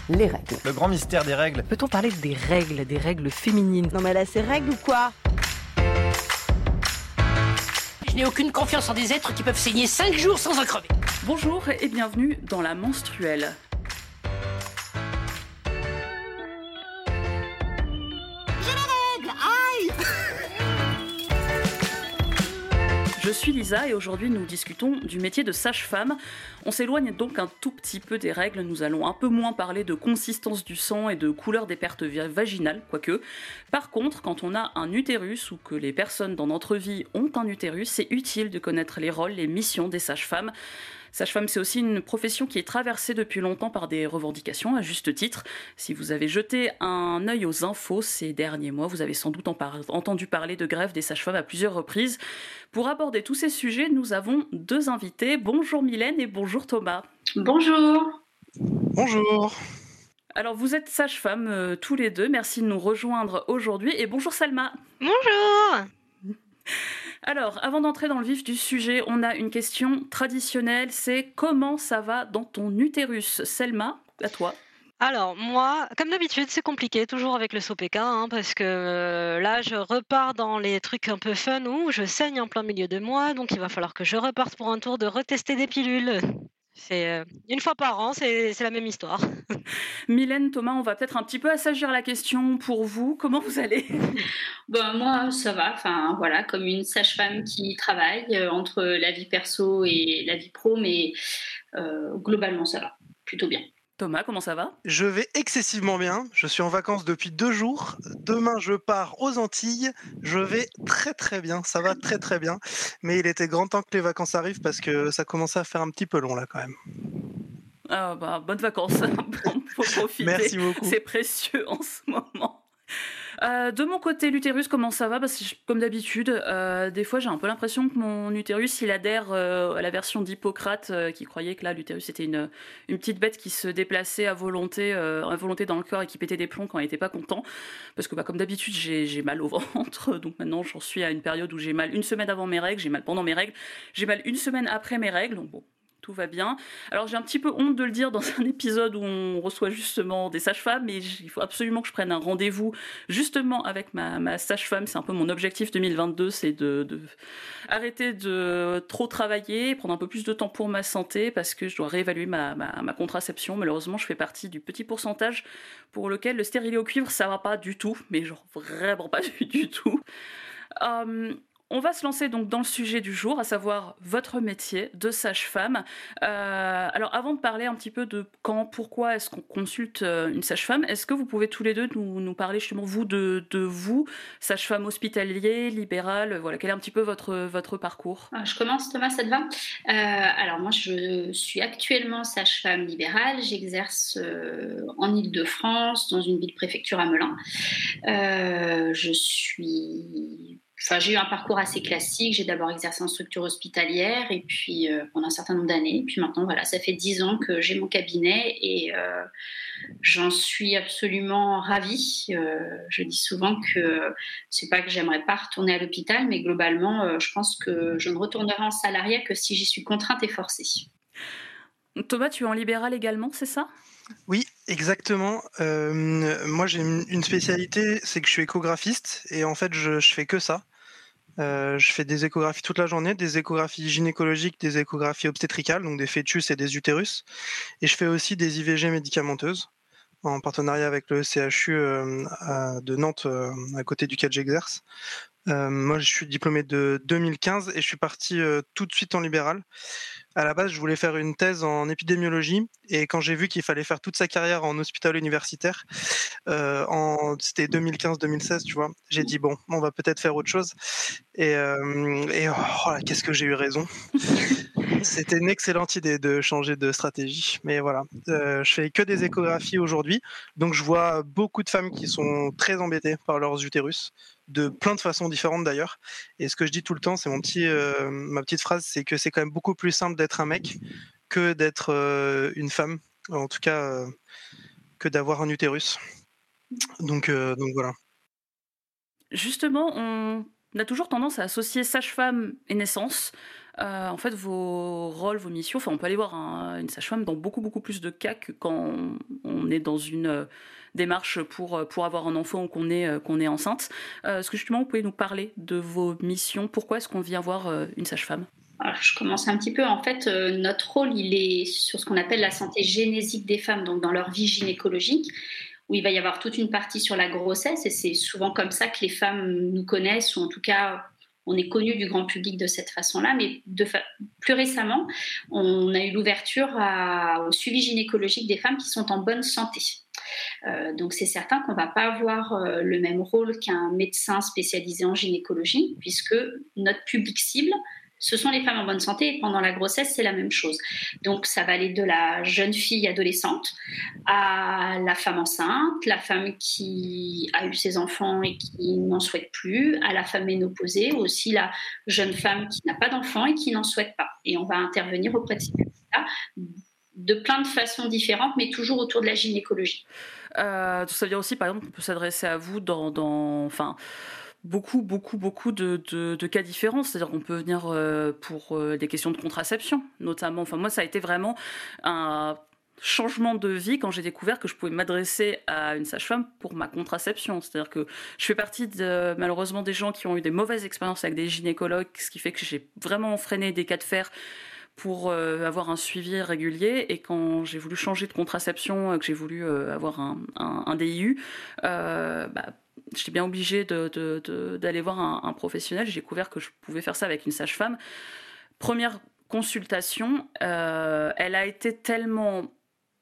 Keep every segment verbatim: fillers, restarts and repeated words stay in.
les règles. Le grand mystère des règles. Peut-on parler des règles, des règles féminines? Non mais elle a ses règles ou quoi? Je n'ai aucune confiance en des êtres qui peuvent saigner cinq jours sans en crever. Bonjour et bienvenue dans la menstruelle. Je suis Lisa et aujourd'hui nous discutons du métier de sage-femme. On s'éloigne donc un tout petit peu des règles, nous allons un peu moins parler de consistance du sang et de couleur des pertes vaginales, quoique. Par contre, quand on a un utérus ou que les personnes dans notre vie ont un utérus, c'est utile de connaître les rôles, les missions des sages-femmes. Sage-femme, c'est aussi une profession qui est traversée depuis longtemps par des revendications, à juste titre. Si vous avez jeté un œil aux infos ces derniers mois, vous avez sans doute en par- entendu parler de grève des sages-femmes à plusieurs reprises. Pour aborder tous ces sujets, nous avons deux invités. Bonjour Mylène et bonjour Thomas. Bonjour. Bonjour. Alors vous êtes sages-femmes euh, tous les deux, merci de nous rejoindre aujourd'hui. Et bonjour Salma. Bonjour. Alors, avant d'entrer dans le vif du sujet, on a une question traditionnelle, c'est comment ça va dans ton utérus? Selma, à toi. Alors, moi, comme d'habitude, c'est compliqué, toujours avec le S O P K, hein, parce que euh, là, je repars dans les trucs un peu fun où je saigne en plein milieu de mois, donc il va falloir que je reparte pour un tour de retester des pilules. C'est euh, une fois par an, c'est, c'est la même histoire. Mylène, Thomas, on va peut-être un petit peu assagir la question pour vous. Comment vous allez? Ben, moi, ça va. Enfin, voilà, comme une sage-femme qui travaille euh, entre la vie perso et la vie pro, mais euh, globalement, ça va plutôt bien. Thomas, comment ça va? Je vais excessivement bien. Je suis en vacances depuis deux jours. Demain, je pars aux Antilles. Je vais très très bien. Ça va très très bien. Mais il était grand temps que les vacances arrivent parce que ça commençait à faire un petit peu long là quand même. Ah bah, bonnes vacances. Bon, faut profiter. Merci beaucoup. C'est précieux en ce moment. Euh, de mon côté, l'utérus, comment ça va? Parce que, comme d'habitude, euh, des fois, j'ai un peu l'impression que mon utérus, il adhère euh, à la version d'Hippocrate, euh, qui croyait que là, l'utérus, c'était une, une petite bête qui se déplaçait à volonté, euh, à volonté dans le corps et qui pétait des plombs quand il n'était pas content. Parce que, bah, comme d'habitude, j'ai, j'ai mal au ventre. Donc maintenant, j'en suis à une période où j'ai mal une semaine avant mes règles, j'ai mal pendant mes règles, j'ai mal une semaine après mes règles. Donc bon. Tout va bien. Alors j'ai un petit peu honte de le dire dans un épisode où on reçoit justement des sages-femmes, mais il faut absolument que je prenne un rendez-vous justement avec ma, ma sage-femme. C'est un peu mon objectif deux mille vingt-deux, c'est de, de arrêter de trop travailler, prendre un peu plus de temps pour ma santé, parce que je dois réévaluer ma, ma, ma contraception. Malheureusement, je fais partie du petit pourcentage pour lequel le stérilet au cuivre, ça va pas du tout, mais genre vraiment pas du, du tout. Euh, On va se lancer donc dans le sujet du jour, à savoir votre métier de sage-femme. Euh, alors avant de parler un petit peu de quand, pourquoi est-ce qu'on consulte une sage-femme, est-ce que vous pouvez tous les deux nous, nous parler justement vous de, de vous, sage-femme hospitalier, libérale, voilà, quel est un petit peu votre, votre parcours? Je commence, Thomas, ça te va? euh, Alors moi, je suis actuellement sage-femme libérale. J'exerce euh, en Île-de-France, dans une ville-préfecture à Melun. Euh, je suis... Enfin, j'ai eu un parcours assez classique. J'ai d'abord exercé en structure hospitalière et puis euh, pendant un certain nombre d'années. Et puis maintenant, voilà, ça fait dix ans que j'ai mon cabinet et euh, j'en suis absolument ravie. Euh, je dis souvent que c'est pas que j'aimerais pas retourner à l'hôpital, mais globalement, euh, je pense que je ne retournerai en salariat que si j'y suis contrainte et forcée. Thomas, tu es en libéral également, c'est ça? Oui, exactement. Euh, moi, j'ai une, une spécialité, c'est que je suis échographiste et en fait, je, je fais que ça. Euh, je fais des échographies toute la journée, des échographies gynécologiques, des échographies obstétricales, donc des fœtus et des utérus. Et je fais aussi des I V G médicamenteuses en partenariat avec le C H U euh, à- de Nantes, euh, à côté duquel j'exerce. Euh, moi, je suis diplômé de deux mille quinze et je suis parti euh, tout de suite en libéral. À la base, je voulais faire une thèse en épidémiologie et quand j'ai vu qu'il fallait faire toute sa carrière en hôpital universitaire, euh, en, c'était deux mille quinze deux mille seize, tu vois, j'ai dit bon, on va peut-être faire autre chose. Et, euh, et oh là, qu'est-ce que j'ai eu raison. C'était une excellente idée de changer de stratégie. Mais voilà, euh, je fais que des échographies aujourd'hui. Donc je vois beaucoup de femmes qui sont très embêtées par leurs utérus, de plein de façons différentes d'ailleurs. Et ce que je dis tout le temps, c'est mon petit, euh, ma petite phrase, c'est que c'est quand même beaucoup plus simple d'être un mec que d'être euh, une femme. En tout cas, euh, que d'avoir un utérus. Donc, euh, donc voilà. Justement, on a toujours tendance à associer sage-femme et naissance. Euh, en fait, vos rôles, vos missions, enfin, on peut aller voir un- une sage-femme dans beaucoup, beaucoup plus de cas que quand on est dans une euh, démarche pour, pour avoir un enfant ou qu'on est, euh, qu'on est enceinte. Euh, est-ce que justement vous pouvez nous parler de vos missions? Pourquoi est-ce qu'on vient voir euh, une sage-femme? Alors, je commence un petit peu. En fait, euh, notre rôle, il est sur ce qu'on appelle la santé génésique des femmes, donc dans leur vie gynécologique, où il va y avoir toute une partie sur la grossesse, et c'est souvent comme ça que les femmes nous connaissent, ou en tout cas, on est connu du grand public de cette façon-là. Mais de fa- plus récemment, on a eu l'ouverture à- au suivi gynécologique des femmes qui sont en bonne santé. Euh, donc c'est certain qu'on ne va pas avoir euh, le même rôle qu'un médecin spécialisé en gynécologie, puisque notre public cible, ce sont les femmes en bonne santé, et pendant la grossesse, c'est la même chose. Donc, ça va aller de la jeune fille adolescente à la femme enceinte, la femme qui a eu ses enfants et qui n'en souhaite plus, à la femme ménopausée, ou aussi la jeune femme qui n'a pas d'enfants et qui n'en souhaite pas. Et on va intervenir auprès de ces personnes-là de plein de façons différentes, mais toujours autour de la gynécologie. Euh, ça veut dire aussi, par exemple, qu'on peut s'adresser à vous dans... dans enfin, beaucoup, beaucoup, beaucoup de, de, de cas différents. C'est-à-dire qu'on peut venir euh, pour euh, des questions de contraception, notamment. Enfin, moi, ça a été vraiment un changement de vie quand j'ai découvert que je pouvais m'adresser à une sage-femme pour ma contraception. C'est-à-dire que je fais partie, de, malheureusement, des gens qui ont eu des mauvaises expériences avec des gynécologues, ce qui fait que j'ai vraiment freiné des cas de fer pour euh, avoir un suivi régulier. Et quand j'ai voulu changer de contraception, que j'ai voulu euh, avoir un, un, un D I U, euh, bah, j'étais bien obligée de, de, de, d'aller voir un, un professionnel. J'ai découvert que je pouvais faire ça avec une sage-femme. Première consultation, euh, elle a été tellement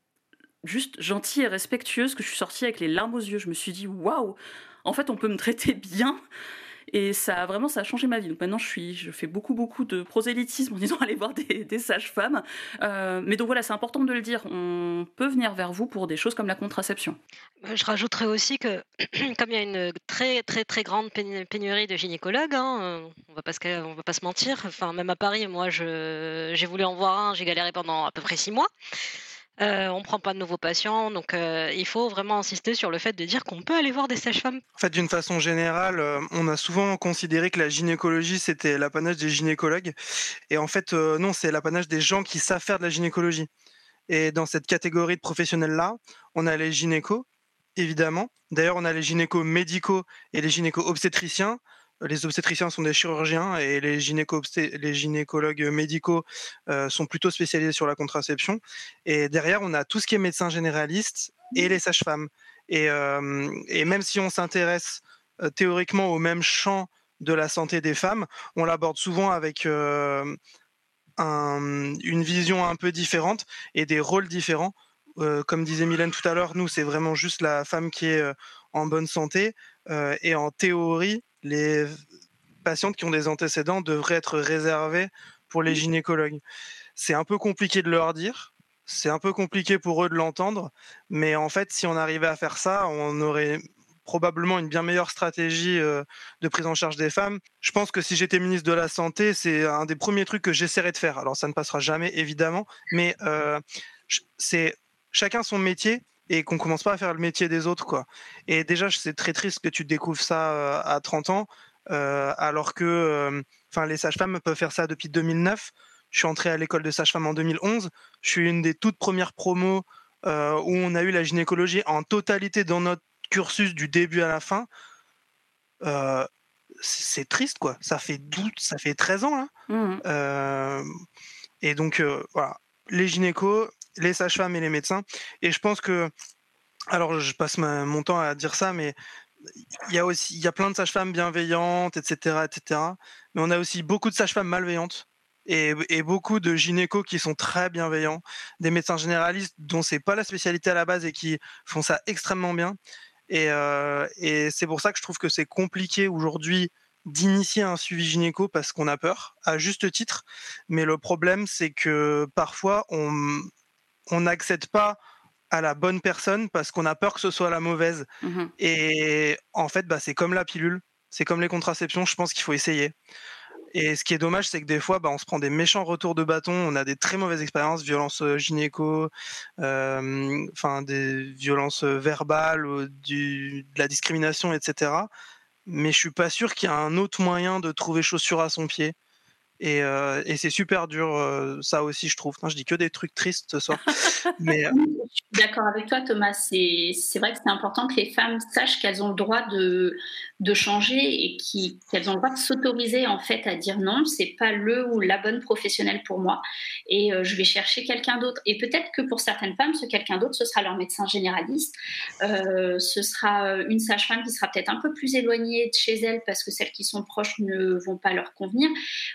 juste gentille et respectueuse que je suis sortie avec les larmes aux yeux. Je me suis dit, waouh, en fait, on peut me traiter bien. Et ça a vraiment ça a changé ma vie. Donc maintenant, je, suis, je fais beaucoup, beaucoup de prosélytisme en disant aller voir des, des sages-femmes. Euh, mais donc voilà, c'est important de le dire. On peut venir vers vous pour des choses comme la contraception. Je rajouterais aussi que, comme il y a une très, très, très grande pénurie de gynécologues, hein, on va pas se, on va pas se mentir. Enfin, même à Paris, moi, je, j'ai voulu en voir un, j'ai galéré pendant à peu près six mois. Euh, on ne prend pas de nouveaux patients, donc euh, il faut vraiment insister sur le fait de dire qu'on peut aller voir des sages-femmes. En fait, d'une façon générale, euh, on a souvent considéré que la gynécologie, c'était l'apanage des gynécologues. Et en fait, euh, non, c'est l'apanage des gens qui savent faire de la gynécologie. Et dans cette catégorie de professionnels-là, on a les gynécos, évidemment. D'ailleurs, on a les gynécos médicaux et les gynécos obstétriciens. Les obstétriciens sont des chirurgiens et les, gynéco les gynécologues médicaux euh, sont plutôt spécialisés sur la contraception. Et derrière, on a tout ce qui est médecin généraliste et les sages-femmes. Et, euh, et même si on s'intéresse euh, théoriquement au même champ de la santé des femmes, on l'aborde souvent avec euh, un, une vision un peu différente et des rôles différents. Euh, comme disait Mylène tout à l'heure, nous, c'est vraiment juste la femme qui est euh, en bonne santé. Euh, et en théorie, les patientes qui ont des antécédents devraient être réservées pour les gynécologues. C'est un peu compliqué de leur dire, c'est un peu compliqué pour eux de l'entendre, mais en fait, si on arrivait à faire ça, on aurait probablement une bien meilleure stratégie euh, de prise en charge des femmes. Je pense que si j'étais ministre de la Santé, c'est un des premiers trucs que j'essaierais de faire. Alors, ça ne passera jamais, évidemment, mais euh, c'est chacun son métier, et qu'on commence pas à faire le métier des autres, quoi. Et déjà, c'est très triste que tu découvres ça euh, à trente ans, euh, alors que enfin, euh, les sages-femmes peuvent faire ça depuis deux mille neuf. Je suis entré à l'école de sage-femme en deux mille onze. Je suis une des toutes premières promos euh, où on a eu la gynécologie en totalité dans notre cursus du début à la fin. Euh, c'est triste, quoi. Ça fait douze, ça fait treize ans, là. Mmh. Euh, et donc, euh, voilà. Les gynécos, les sages-femmes et les médecins. Et je pense que, alors je passe ma, mon temps à dire ça, mais il y a aussi, il y a plein de sages-femmes bienveillantes, et cetera, et cetera. Mais on a aussi beaucoup de sages-femmes malveillantes et, et beaucoup de gynécos qui sont très bienveillants, des médecins généralistes dont c'est pas la spécialité à la base et qui font ça extrêmement bien. Et, euh, et c'est pour ça que je trouve que c'est compliqué aujourd'hui d'initier un suivi gynéco parce qu'on a peur, à juste titre. Mais le problème, c'est que parfois, on on n'accède pas à la bonne personne parce qu'on a peur que ce soit la mauvaise. Mmh. Et en fait, bah, c'est comme la pilule, c'est comme les contraceptions, je pense qu'il faut essayer. Et ce qui est dommage, c'est que des fois, bah, on se prend des méchants retours de bâton, on a des très mauvaises expériences, violences gynéco, euh, enfin des violences verbales, du, de la discrimination, et cetera. Mais je suis pas sûr qu'il y a un autre moyen de trouver chaussure à son pied. Et, euh, et c'est super dur, euh, ça aussi, je trouve. Enfin, je dis que des trucs tristes ce soir. Mais, euh, Je suis d'accord avec toi, Thomas. C'est, c'est vrai que c'est important que les femmes sachent qu'elles ont le droit de, de changer et qui, qu'elles ont le droit de s'autoriser en fait à dire non, c'est pas le ou la bonne professionnelle pour moi et euh, je vais chercher quelqu'un d'autre. Et peut-être que pour certaines femmes, ce quelqu'un d'autre, ce sera leur médecin généraliste, euh, ce sera une sage-femme qui sera peut-être un peu plus éloignée de chez elle parce que celles qui sont proches ne vont pas leur convenir.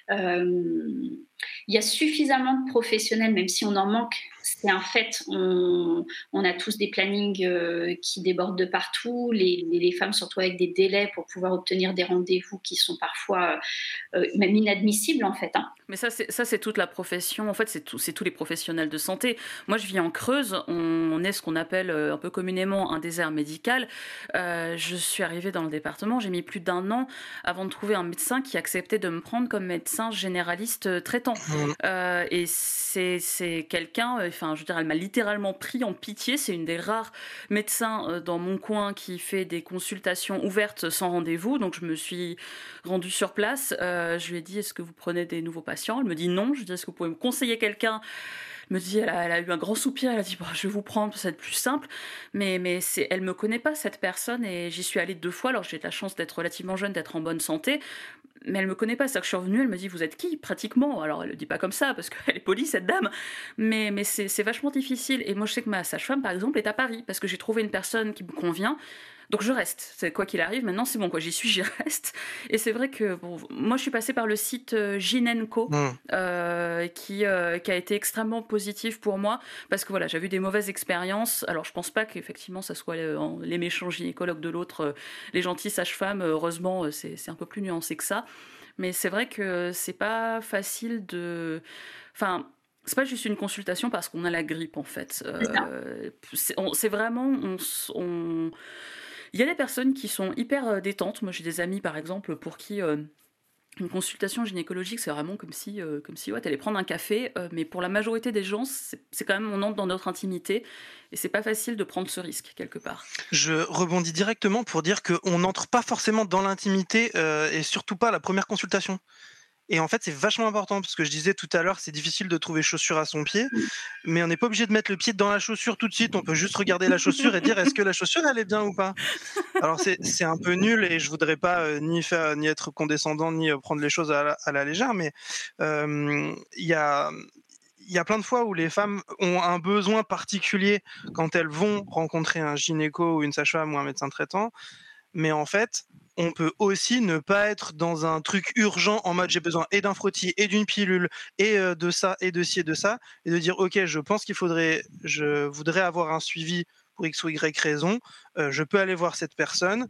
Euh, il y a suffisamment de professionnels, même si on en manque, c'est un fait. On, on a tous des plannings euh, qui débordent de partout. Les, les, les femmes, surtout avec des délais pour pouvoir obtenir des rendez-vous qui sont parfois euh, même inadmissibles, en fait. Hein. Mais ça c'est, ça, c'est toute la profession. En fait, c'est, tout, c'est tous les professionnels de santé. Moi, je vis en Creuse. On, on est ce qu'on appelle euh, un peu communément un désert médical. Euh, je suis arrivée dans le département. J'ai mis plus d'un an avant de trouver un médecin qui acceptait de me prendre comme médecin généraliste traitant. Mmh. Euh, et c'est, c'est quelqu'un... Euh, Enfin, je veux dire, elle m'a littéralement pris en pitié. C'est une des rares médecins dans mon coin qui fait des consultations ouvertes sans rendez-vous. Donc, je me suis rendue sur place. Euh, je lui ai dit, est-ce que vous prenez des nouveaux patients ? Elle me dit non. Je lui ai dit, est-ce que vous pouvez me conseiller quelqu'un ? Elle me dit, elle a, elle a eu un grand soupir. Elle a dit, bah, je vais vous prendre, ça va être plus simple. Mais, mais c'est, elle me connaît pas, cette personne. Et j'y suis allée deux fois. Alors, j'ai de la chance d'être relativement jeune, d'être en bonne santé. Mais elle me connaît pas, c'est-à-dire que je suis revenue, elle me dit vous êtes qui pratiquement, alors elle le dit pas comme ça parce qu'elle est polie cette dame, mais, mais c'est, c'est vachement difficile. Et moi je sais que ma sage-femme par exemple est à Paris parce que j'ai trouvé une personne qui me convient, donc je reste, c'est quoi qu'il arrive, maintenant c'est bon quoi, j'y suis, j'y reste. Et c'est vrai que bon, moi je suis passée par le site euh, Ginenco mmh. euh, qui, euh, qui a été extrêmement positif pour moi parce que voilà, j'ai eu des mauvaises expériences. Alors je pense pas qu'effectivement ça soit les, les méchants gynécologues de l'autre, euh, les gentilles sages-femmes, heureusement c'est, c'est un peu plus nuancé que ça. Mais c'est vrai que c'est pas facile de... Enfin, c'est pas juste une consultation parce qu'on a la grippe, en fait. Euh, c'est, on, c'est vraiment... On, on... Il y a des personnes qui sont hyper détentes. Moi, j'ai des amis, par exemple, pour qui... Euh, une consultation gynécologique, c'est vraiment comme si, euh, comme si ouais, t'allais prendre un café, euh, mais pour la majorité des gens, c'est, c'est quand même, on entre dans notre intimité, et c'est pas facile de prendre ce risque, quelque part. Je rebondis directement pour dire qu'on n'entre pas forcément dans l'intimité, euh, et surtout pas à la première consultation. Et en fait, c'est vachement important, parce que je disais tout à l'heure, c'est difficile de trouver chaussure à son pied, mais on n'est pas obligé de mettre le pied dans la chaussure tout de suite, on peut juste regarder la chaussure et dire est-ce que la chaussure, elle est bien ou pas ? Alors, c'est, c'est un peu nul, et je voudrais pas euh, ni, faire, ni être condescendant, ni euh, prendre les choses à la, à la légère, mais il euh, y a... Il y a plein de fois où les femmes ont un besoin particulier quand elles vont rencontrer un gynéco ou une sage-femme ou un médecin traitant, mais en fait, on peut aussi ne pas être dans un truc urgent en mode j'ai besoin et d'un frottis et d'une pilule et de ça et de ci et de ça, et de dire ok, je pense qu'il faudrait, je voudrais avoir un suivi pour X ou Y raison, euh, je peux aller voir cette personne,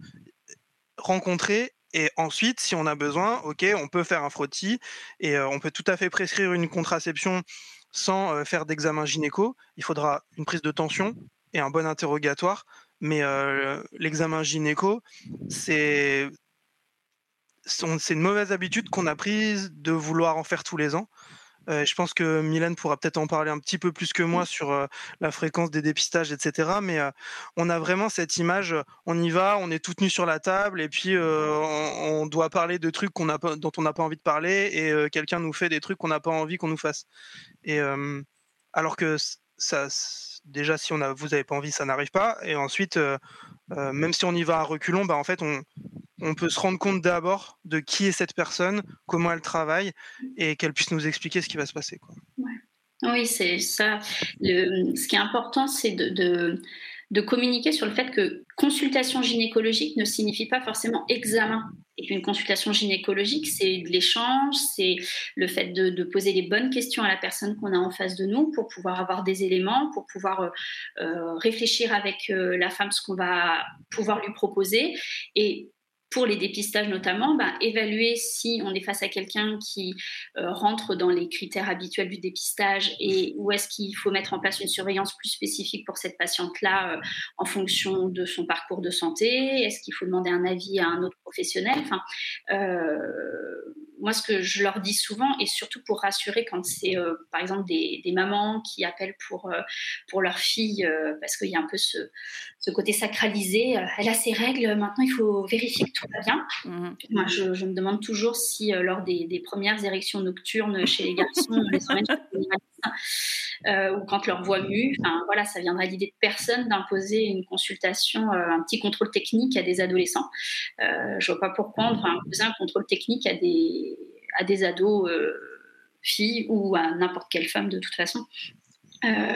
rencontrer, et ensuite si on a besoin, ok, on peut faire un frottis et euh, on peut tout à fait prescrire une contraception sans euh, faire d'examen gynéco. Il faudra une prise de tension et un bon interrogatoire. Mais euh, l'examen gynéco, c'est, c'est une mauvaise habitude qu'on a prise de vouloir en faire tous les ans. Euh, je pense que Mylène pourra peut-être en parler un petit peu plus que moi sur euh, la fréquence des dépistages, et cetera. Mais euh, on a vraiment cette image, on y va, on est toutes nues sur la table, et puis euh, on, on doit parler de trucs qu'on a pas, dont on n'a pas envie de parler, et euh, quelqu'un nous fait des trucs qu'on n'a pas envie qu'on nous fasse. Et, euh, alors que ça... Déjà, si on a, vous n'avez pas envie, ça n'arrive pas. Et ensuite, euh, euh, même si on y va à reculons, bah, en fait, on, on peut se rendre compte d'abord de qui est cette personne, comment elle travaille, et qu'elle puisse nous expliquer ce qui va se passer, quoi. Ouais. Oui, c'est ça. Le, ce qui est important, c'est de, de, de communiquer sur le fait que consultation gynécologique ne signifie pas forcément examen. Et qu'une consultation gynécologique, c'est de l'échange, c'est le fait de, de poser les bonnes questions à la personne qu'on a en face de nous pour pouvoir avoir des éléments, pour pouvoir euh, réfléchir avec euh, la femme ce qu'on va pouvoir lui proposer. Et pour les dépistages notamment, bah, évaluer si on est face à quelqu'un qui euh, rentre dans les critères habituels du dépistage et où est-ce qu'il faut mettre en place une surveillance plus spécifique pour cette patiente-là euh, en fonction de son parcours de santé. Est-ce qu'il faut demander un avis à un autre professionnel ? Enfin, euh, moi, ce que je leur dis souvent, et surtout pour rassurer quand c'est, euh, par exemple, des, des mamans qui appellent pour, euh, pour leur fille, euh, parce qu'il y a un peu ce, ce côté sacralisé, euh, elle a ses règles, maintenant il faut vérifier que tout va bien. Mmh. Moi, je, je me demande toujours si, euh, lors des, des premières érections nocturnes chez les garçons, on les emmène chez les médecins, euh, ou quand leur voix mue, enfin, voilà, ça viendrait à l'idée de personne d'imposer une consultation, euh, un petit contrôle technique à des adolescents. Euh, je ne vois pas pourquoi on devrait imposer un contrôle technique à des, à des ados euh, filles ou à n'importe quelle femme de toute façon. Euh,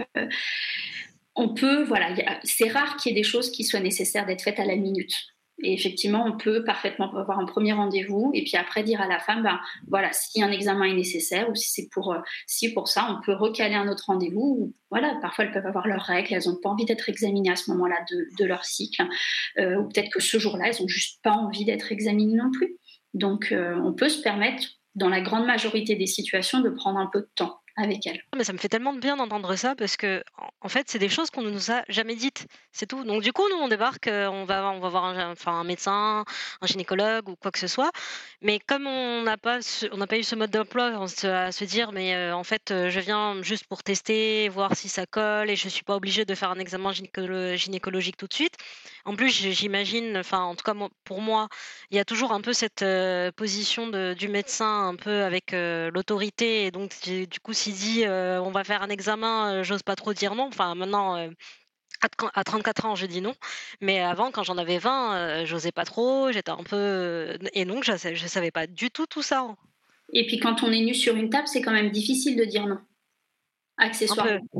on peut, voilà, y a, c'est rare qu'il y ait des choses qui soient nécessaires d'être faites à la minute. Et effectivement, on peut parfaitement avoir un premier rendez-vous et puis après dire à la femme, ben, voilà, si un examen est nécessaire ou si c'est pour, euh, si pour ça, on peut recaler un autre rendez-vous. Voilà, parfois elles peuvent avoir leurs règles, elles n'ont pas envie d'être examinées à ce moment-là de, de leur cycle, euh, ou peut-être que ce jour-là, elles n'ont juste pas envie d'être examinées non plus. Donc, euh, on peut se permettre, dans la grande majorité des situations, de prendre un peu de temps avec elle. Mais ça me fait tellement de bien d'entendre ça parce que en fait c'est des choses qu'on ne nous a jamais dites, c'est tout. Donc du coup nous on débarque, euh, on va on va voir un, enfin, un médecin, un gynécologue ou quoi que ce soit, mais comme on n'a pas ce- on n'a pas eu ce mode d'emploi on se, à se dire mais euh, en fait euh, je viens juste pour tester, voir si ça colle et je suis pas obligée de faire un examen gynécolo- gynécologique tout de suite. En plus j- j'imagine, enfin en tout cas moi- pour moi il y a toujours un peu cette euh, position de, du médecin un peu avec euh, l'autorité et donc du du coup s'il dit euh, on va faire un examen, euh, j'ose pas trop dire non. Enfin maintenant euh, à, tr- à trente-quatre ans je dis non, mais avant quand j'en avais vingt, euh, j'osais pas trop, j'étais un peu euh, et donc je, sa- je savais pas du tout tout ça, hein. Et puis quand on est nu sur une table, c'est quand même difficile de dire non, Un accessoirement. peu.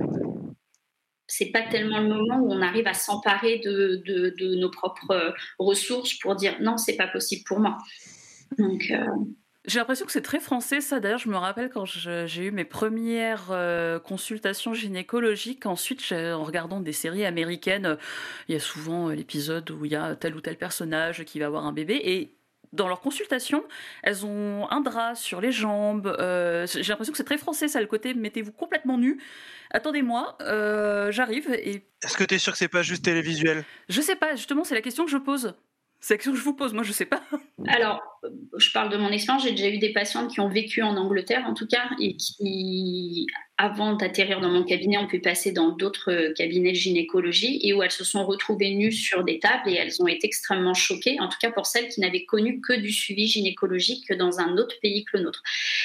C'est pas tellement le moment où on arrive à s'emparer de, de, de nos propres euh, ressources pour dire non, c'est pas possible pour moi. Donc, euh, J'ai l'impression que c'est très français, ça. D'ailleurs, je me rappelle quand je- j'ai eu mes premières euh, consultations gynécologiques. Ensuite, j'ai- en regardant des séries américaines, euh, il y a souvent euh, l'épisode où il y a tel ou tel personnage qui va avoir un bébé. Et dans leurs consultations, elles ont un drap sur les jambes. Euh, j'ai l'impression que c'est très français, ça, le côté mettez-vous complètement nu. Attendez-moi, euh, j'arrive. Et Est-ce que tu es sûr que c'est pas juste télévisuel? je sais pas, justement, c'est la question que je pose. C'est la question que je vous pose, moi je sais pas. alors, euh, je parle de mon expérience. J'ai déjà eu des patientes qui ont vécu en Angleterre, en tout cas, et qui, avant d'atterrir dans mon cabinet, ont pu passer dans d'autres euh, cabinets de gynécologie et où elles se sont retrouvées nues sur des tables et elles ont été extrêmement choquées, en tout cas pour celles qui n'avaient connu que du suivi gynécologique dans un autre pays que le nôtre.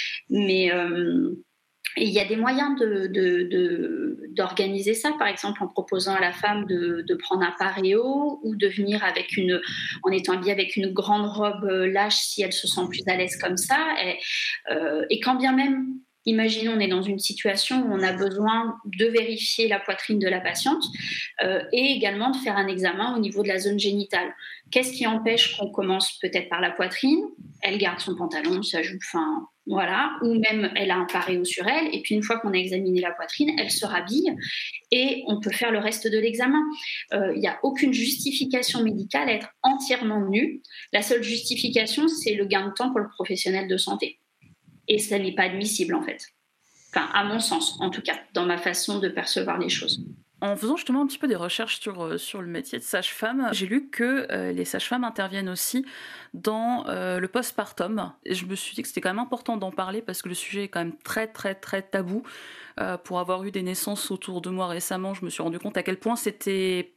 Mais euh, et il y a des moyens de, de, de, d'organiser ça, par exemple en proposant à la femme de, de prendre un paréo ou de venir avec une, en étant habillée avec une grande robe lâche si elle se sent plus à l'aise comme ça. Et, euh, et quand bien même, imaginons, on est dans une situation où on a besoin de vérifier la poitrine de la patiente euh, et également de faire un examen au niveau de la zone génitale. Qu'est-ce qui empêche qu'on commence peut-être par la poitrine? Elle garde son pantalon, sa jupe, enfin... Voilà, ou même elle a un paréo sur elle, et puis une fois qu'on a examiné la poitrine, elle se rhabille et on peut faire le reste de l'examen. Il euh, n'y a aucune justification médicale à être entièrement nue. La seule justification, c'est le gain de temps pour le professionnel de santé. Et ça n'est pas admissible en fait. Enfin, à mon sens, en tout cas, dans ma façon de percevoir les choses. En faisant justement un petit peu des recherches sur, sur le métier de sage-femme, j'ai lu que euh, les sages-femmes interviennent aussi dans euh, le postpartum. Et je me suis dit que c'était quand même important d'en parler parce que le sujet est quand même très très très tabou. Euh, pour avoir eu des naissances autour de moi récemment, je me suis rendu compte à quel point c'était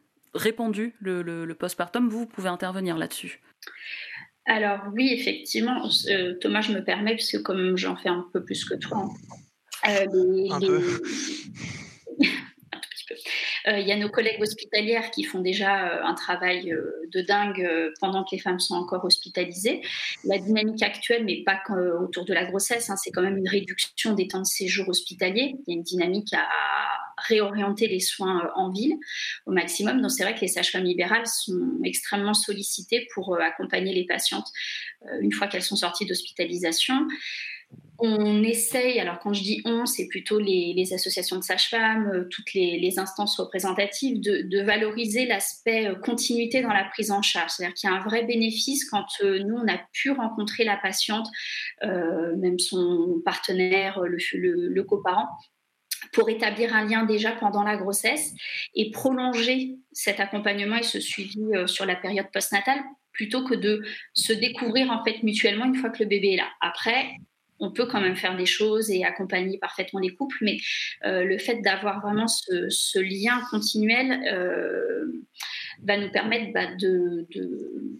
répandu le, le, le postpartum. Vous, vous pouvez intervenir là-dessus. Alors oui, effectivement, euh, Thomas, je me permets, parce que comme j'en fais un peu plus que toi, euh, les, un les... peu. Il euh, y a nos collègues hospitalières qui font déjà euh, un travail euh, de dingue euh, pendant que les femmes sont encore hospitalisées. La dynamique actuelle, mais pas autour de la grossesse, hein, c'est quand même une réduction des temps de séjour hospitalier. Il y a une dynamique à réorienter les soins euh, en ville au maximum. Donc c'est vrai que les sages-femmes libérales sont extrêmement sollicitées pour euh, accompagner les patientes euh, une fois qu'elles sont sorties d'hospitalisation. On essaye, alors quand je dis on, c'est plutôt les, les associations de sages-femmes, euh, toutes les, les instances représentatives, de, de valoriser l'aspect euh, continuité dans la prise en charge. C'est-à-dire qu'il y a un vrai bénéfice quand euh, nous, on a pu rencontrer la patiente, euh, même son partenaire, le, le, le coparent, pour établir un lien déjà pendant la grossesse et prolonger cet accompagnement et ce suivi euh, sur la période postnatale, plutôt que de se découvrir en fait mutuellement une fois que le bébé est là. Après, on peut quand même faire des choses et accompagner parfaitement les couples, mais euh, le fait d'avoir vraiment ce, ce lien continuel euh, va nous permettre bah, de, de,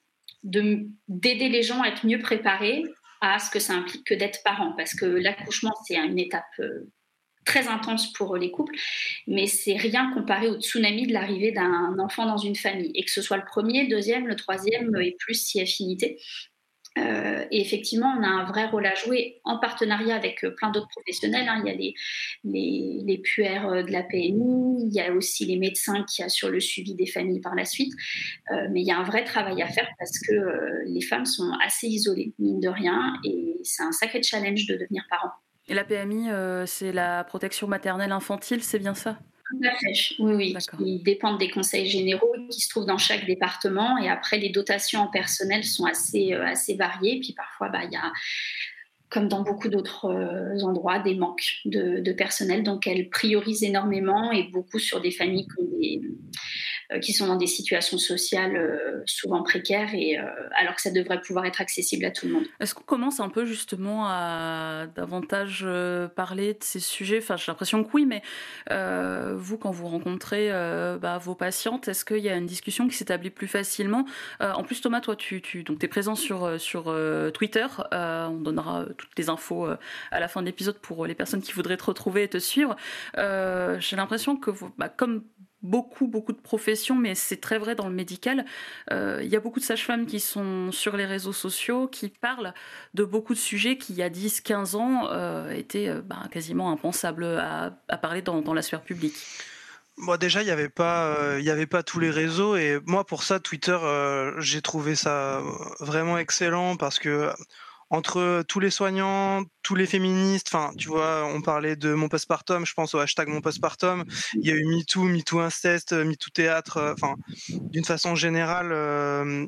de, d'aider les gens à être mieux préparés à ce que ça implique que d'être parent, parce que l'accouchement, c'est une étape euh, très intense pour les couples, mais c'est rien comparé au tsunami de l'arrivée d'un enfant dans une famille, et que ce soit le premier, le deuxième, le troisième, et plus si affinité. Euh, et effectivement, on a un vrai rôle à jouer en partenariat avec euh, plein d'autres professionnels. Hein. Il y a les, les, les P U R de la P M I, il y a aussi les médecins qui assurent le suivi des familles par la suite. Euh, mais il y a un vrai travail à faire parce que euh, les femmes sont assez isolées, mine de rien, et c'est un sacré challenge de devenir parent. Et la P M I, euh, c'est la protection maternelle infantile, c'est bien ça ? Tout à fait, oui, oui, qui dépendent des conseils généraux qui se trouvent dans chaque département. Et après, les dotations en personnel sont assez, euh, assez variées. Puis parfois, bah, y a, comme dans beaucoup d'autres euh, endroits, des manques de, de personnel. Donc, elles priorisent énormément et beaucoup sur des familles qui, ont des, euh, qui sont dans des situations sociales euh, souvent précaires, et, euh, alors que ça devrait pouvoir être accessible à tout le monde. Est-ce qu'on commence un peu justement à davantage euh, parler de ces sujets ? Enfin, j'ai l'impression que oui, mais euh, vous, quand vous rencontrez euh, bah, vos patientes, est-ce qu'il y a une discussion qui s'établit plus facilement ? euh, En plus, Thomas, toi, tu, tu es présent sur, sur euh, Twitter. Euh, on donnera toutes les infos euh, à la fin de l'épisode pour les personnes qui voudraient te retrouver et te suivre. Euh, j'ai l'impression que, vous, bah, comme beaucoup, beaucoup de professions, mais c'est très vrai dans le médical, euh, il y a beaucoup de sages-femmes qui sont sur les réseaux sociaux, qui parlent de beaucoup de sujets qui, il y a dix quinze ans, euh, étaient euh, bah, quasiment impensables à, à parler dans, dans la sphère publique. Moi, déjà, il n'y avait pas, euh, il y avait pas tous les réseaux, et moi, pour ça, Twitter, euh, j'ai trouvé ça vraiment excellent, parce que entre tous les soignants, tous les féministes, enfin, tu vois, on parlait de mon postpartum, je pense au hashtag mon postpartum, il y a eu MeToo, MeToo Inceste, MeToo Théâtre, enfin, d'une façon générale, euh,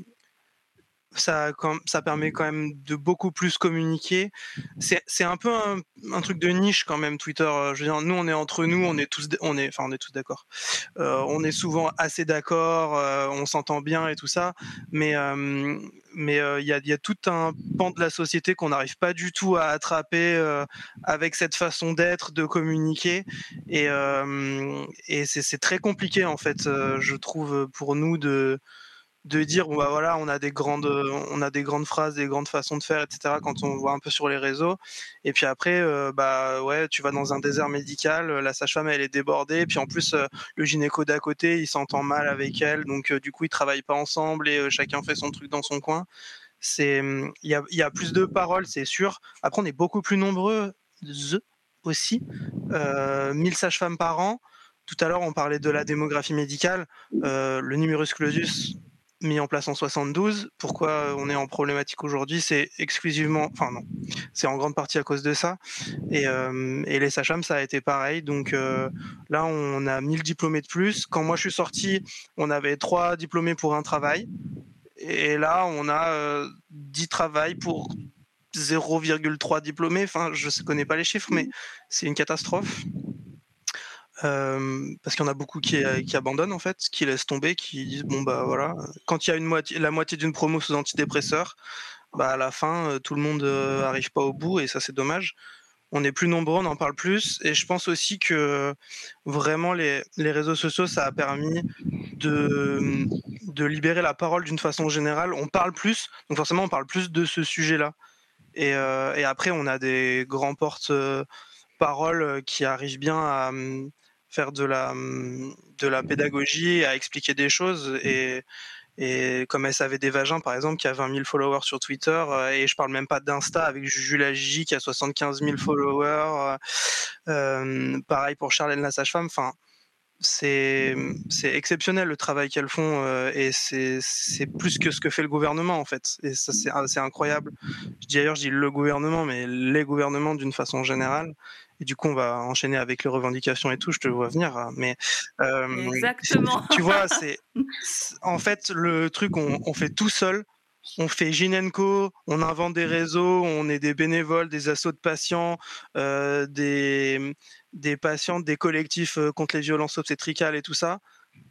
ça, ça permet quand même de beaucoup plus communiquer. C'est, c'est un peu un, un truc de niche quand même, Twitter. Je veux dire, nous, on est entre nous, on est tous, on est, enfin, on est tous d'accord. Euh, on est souvent assez d'accord, euh, on s'entend bien et tout ça, mais euh, mais il euh, y, a, y a tout un pan de la société qu'on n'arrive pas du tout à attraper euh, avec cette façon d'être, de communiquer, et euh, et c'est, c'est très compliqué en fait, euh, je trouve, pour nous de de dire bon bah voilà, on a des grandes on a des grandes phrases, des grandes façons de faire, etc., quand on voit un peu sur les réseaux, et puis après euh, bah ouais, tu vas dans un désert médical, la sage-femme elle est débordée, puis en plus euh, le gynéco d'à côté il s'entend mal avec elle, donc euh, du coup ils travaillent pas ensemble, et euh, chacun fait son truc dans son coin. C'est il y a il y a plus de paroles, c'est sûr. Après on est beaucoup plus nombreux aussi, euh, mille sages-femmes par an. Tout à l'heure on parlait de la démographie médicale, euh, le numerus clausus mis en place en soixante-douze. Pourquoi on est en problématique aujourd'hui ? C'est exclusivement, enfin non, c'est en grande partie à cause de ça. Et, euh, et les sages-femmes, ça a été pareil. Donc euh, là, on a mille diplômés de plus. Quand moi je suis sorti, on avait trois diplômés pour un travail. Et là, on a euh, dix travails pour zéro virgule trois diplômés. Enfin, je ne connais pas les chiffres, mais c'est une catastrophe. Euh, parce qu'il y en a beaucoup qui, qui abandonnent en fait, qui laissent tomber, qui disent bon bah voilà, quand il y a une moitié, la moitié d'une promo sous antidépresseur, bah à la fin tout le monde euh, arrive pas au bout, et ça c'est dommage. On est plus nombreux, on en parle plus, et je pense aussi que vraiment les, les réseaux sociaux, ça a permis de, de libérer la parole d'une façon générale. On parle plus, donc forcément on parle plus de ce sujet-là, et, euh, et après on a des grands porte-paroles qui arrivent bien à faire de la, de la pédagogie, à expliquer des choses, et, et comme S A V des vagins par exemple, qui a vingt mille followers sur Twitter, et je parle même pas d'Insta avec Juju la Gigi qui a soixante-quinze mille followers, euh, pareil pour Charlène la sage-femme, enfin c'est, c'est exceptionnel le travail qu'elles font, euh, et c'est, c'est plus que ce que fait le gouvernement en fait, et ça c'est, c'est incroyable. Je dis d'ailleurs, je dis le gouvernement, mais les gouvernements d'une façon générale. Et du coup, on va enchaîner avec les revendications et tout. Je te vois venir, mais euh, exactement. Tu vois, c'est, c'est en fait le truc. On, on fait tout seul. On fait Ginenco, on invente des réseaux, on est des bénévoles, des assos de patients, euh, des des patients, des collectifs contre les violences obstétricales et tout ça.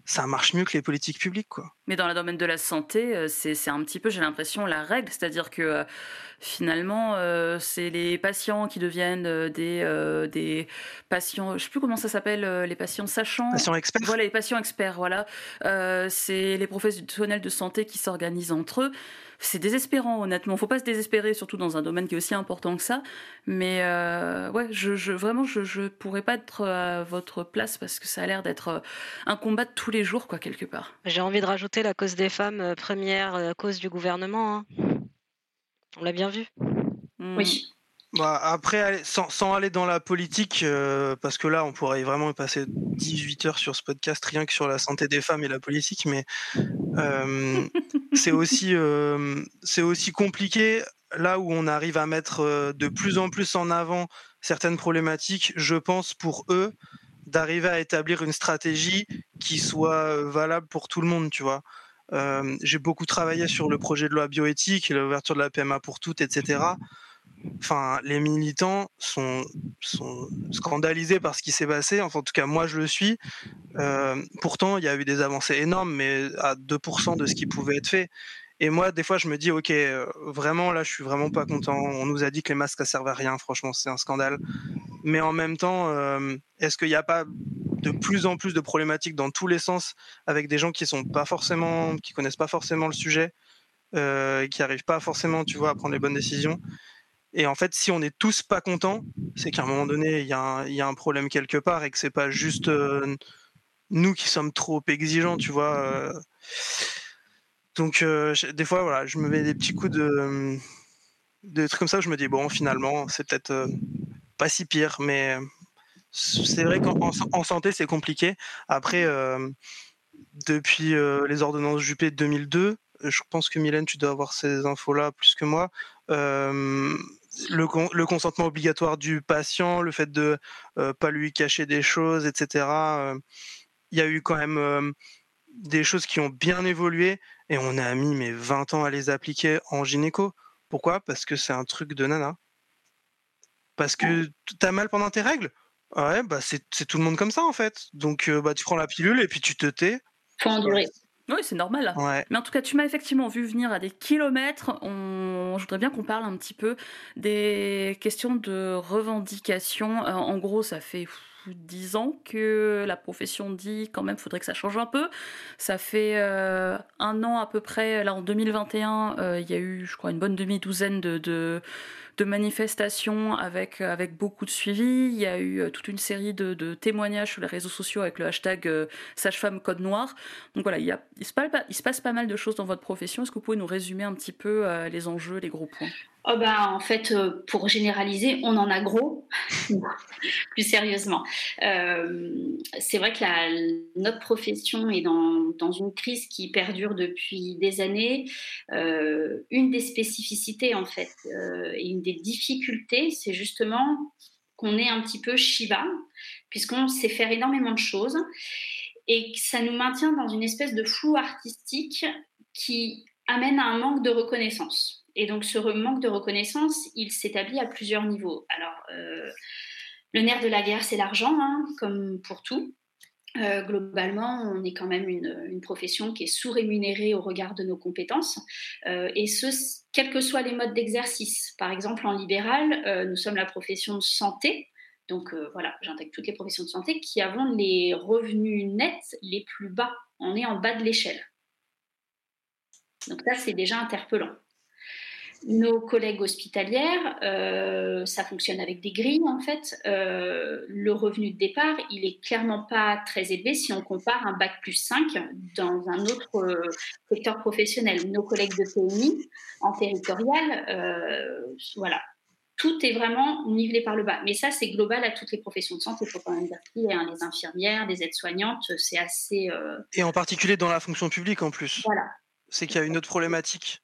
ça marche mieux que les politiques publiques, quoi. Mais dans le domaine de la santé, c'est, c'est un petit peu, j'ai l'impression, la règle. C'est-à-dire que euh, finalement, euh, c'est les patients qui deviennent euh, des, euh, des patients, je ne sais plus comment ça s'appelle, euh, les patients sachants. Patients experts. Voilà, les patients experts, voilà. Euh, c'est les professionnels de santé qui s'organisent entre eux. C'est désespérant, honnêtement. Faut pas se désespérer, surtout dans un domaine qui est aussi important que ça. Mais euh, ouais, je, je, vraiment, je, je pourrais pas être à votre place parce que ça a l'air d'être un combat de tous les jours, quoi, quelque part. J'ai envie de rajouter la cause des femmes, euh, première euh, cause du gouvernement. Hein. On l'a bien vu. Mmh. Oui. Bah, après, sans, sans aller dans la politique, euh, parce que là, on pourrait vraiment passer dix-huit heures sur ce podcast rien que sur la santé des femmes et la politique, mais euh, c'est aussi, euh, c'est aussi compliqué là où on arrive à mettre euh, de plus en plus en avant certaines problématiques, je pense, pour eux, d'arriver à établir une stratégie qui soit valable pour tout le monde, tu vois. Euh, j'ai beaucoup travaillé sur le projet de loi bioéthique, l'ouverture de la P M A pour toutes, et cetera. Enfin, les militants sont, sont scandalisés par ce qui s'est passé. Enfin, en tout cas, moi, je le suis. Euh, pourtant, il y a eu des avancées énormes, mais à deux pour cent de ce qui pouvait être fait. Et moi, des fois, je me dis, ok, euh, vraiment, là, je suis vraiment pas content. On nous a dit que les masques, ça servait à rien. Franchement, c'est un scandale. Mais en même temps, euh, est-ce qu'il n'y a pas de plus en plus de problématiques dans tous les sens avec des gens qui sont pas forcément, qui connaissent pas forcément le sujet, euh, qui arrivent pas forcément, tu vois, à prendre les bonnes décisions. Et en fait, si on n'est tous pas contents, c'est qu'à un moment donné, il y, y a un problème quelque part et que c'est pas juste euh, nous qui sommes trop exigeants, tu vois. Euh. Donc, euh, des fois, voilà, je me mets des petits coups de, de trucs comme ça où je me dis, bon, finalement, c'est peut-être euh, pas si pire, mais c'est vrai qu'en en, en santé, c'est compliqué. Après, euh, depuis euh, les ordonnances Juppé de deux mille deux, je pense que Mylène, tu dois avoir ces infos-là plus que moi. Euh, le, le consentement obligatoire du patient, le fait de euh, pas lui cacher des choses, et cetera. Il euh, y a eu quand même euh, des choses qui ont bien évolué et on a mis mais vingt ans à les appliquer en gynéco. Pourquoi ? Parce que c'est un truc de nana. Parce que t'as mal pendant tes règles ? Ouais, bah c'est, c'est tout le monde comme ça en fait. Donc euh, bah tu prends la pilule et puis tu te tais. Faut endurer. Oui, c'est normal. Ouais. Mais en tout cas, tu m'as effectivement vu venir à des kilomètres. On... Je voudrais bien qu'on parle un petit peu des questions de revendication. Euh, en gros, ça fait dix ans que la profession dit quand même faudrait que ça change un peu. Ça fait euh, un an à peu près, là en deux mille vingt et un, euh, il y a eu, je crois, une bonne demi-douzaine de... de de manifestations avec, avec beaucoup de suivi. Il y a eu toute une série de, de témoignages sur les réseaux sociaux avec le hashtag euh, sage-femme code noir. Donc voilà, il, y a, il, se passe, il se passe pas mal de choses dans votre profession. Est-ce que vous pouvez nous résumer un petit peu euh, les enjeux, les gros points ? Oh ben, en fait, euh, pour généraliser, on en a gros, plus sérieusement. Euh, c'est vrai que la, notre profession est dans, dans une crise qui perdure depuis des années. Euh, une des spécificités, en fait, euh, et une des difficultés, c'est justement qu'on est un petit peu Shiva, puisqu'on sait faire énormément de choses, et que ça nous maintient dans une espèce de flou artistique qui amène à un manque de reconnaissance. Et donc, ce manque de reconnaissance, il s'établit à plusieurs niveaux. Alors, euh, le nerf de la guerre, c'est l'argent, hein, comme pour tout. Euh, globalement, on est quand même une, une profession qui est sous-rémunérée au regard de nos compétences, euh, et ce, quels que soient les modes d'exercice. Par exemple, en libéral, euh, nous sommes la profession de santé, donc euh, voilà, j'intègre toutes les professions de santé, qui avons les revenus nets les plus bas. On est en bas de l'échelle. Donc ça, c'est déjà interpellant. Nos collègues hospitalières, euh, ça fonctionne avec des grilles en fait. Euh, le revenu de départ, il est clairement pas très élevé si on compare un bac plus cinq dans un autre euh, secteur professionnel. Nos collègues de P M I en territorial, euh, voilà, tout est vraiment nivelé par le bas. Mais ça, c'est global à toutes les professions de santé. Il faut quand même dire qu'il y a les infirmières, des aides-soignantes, c'est assez. Euh... Et en particulier dans la fonction publique en plus. Voilà. C'est qu'il y a une autre problématique.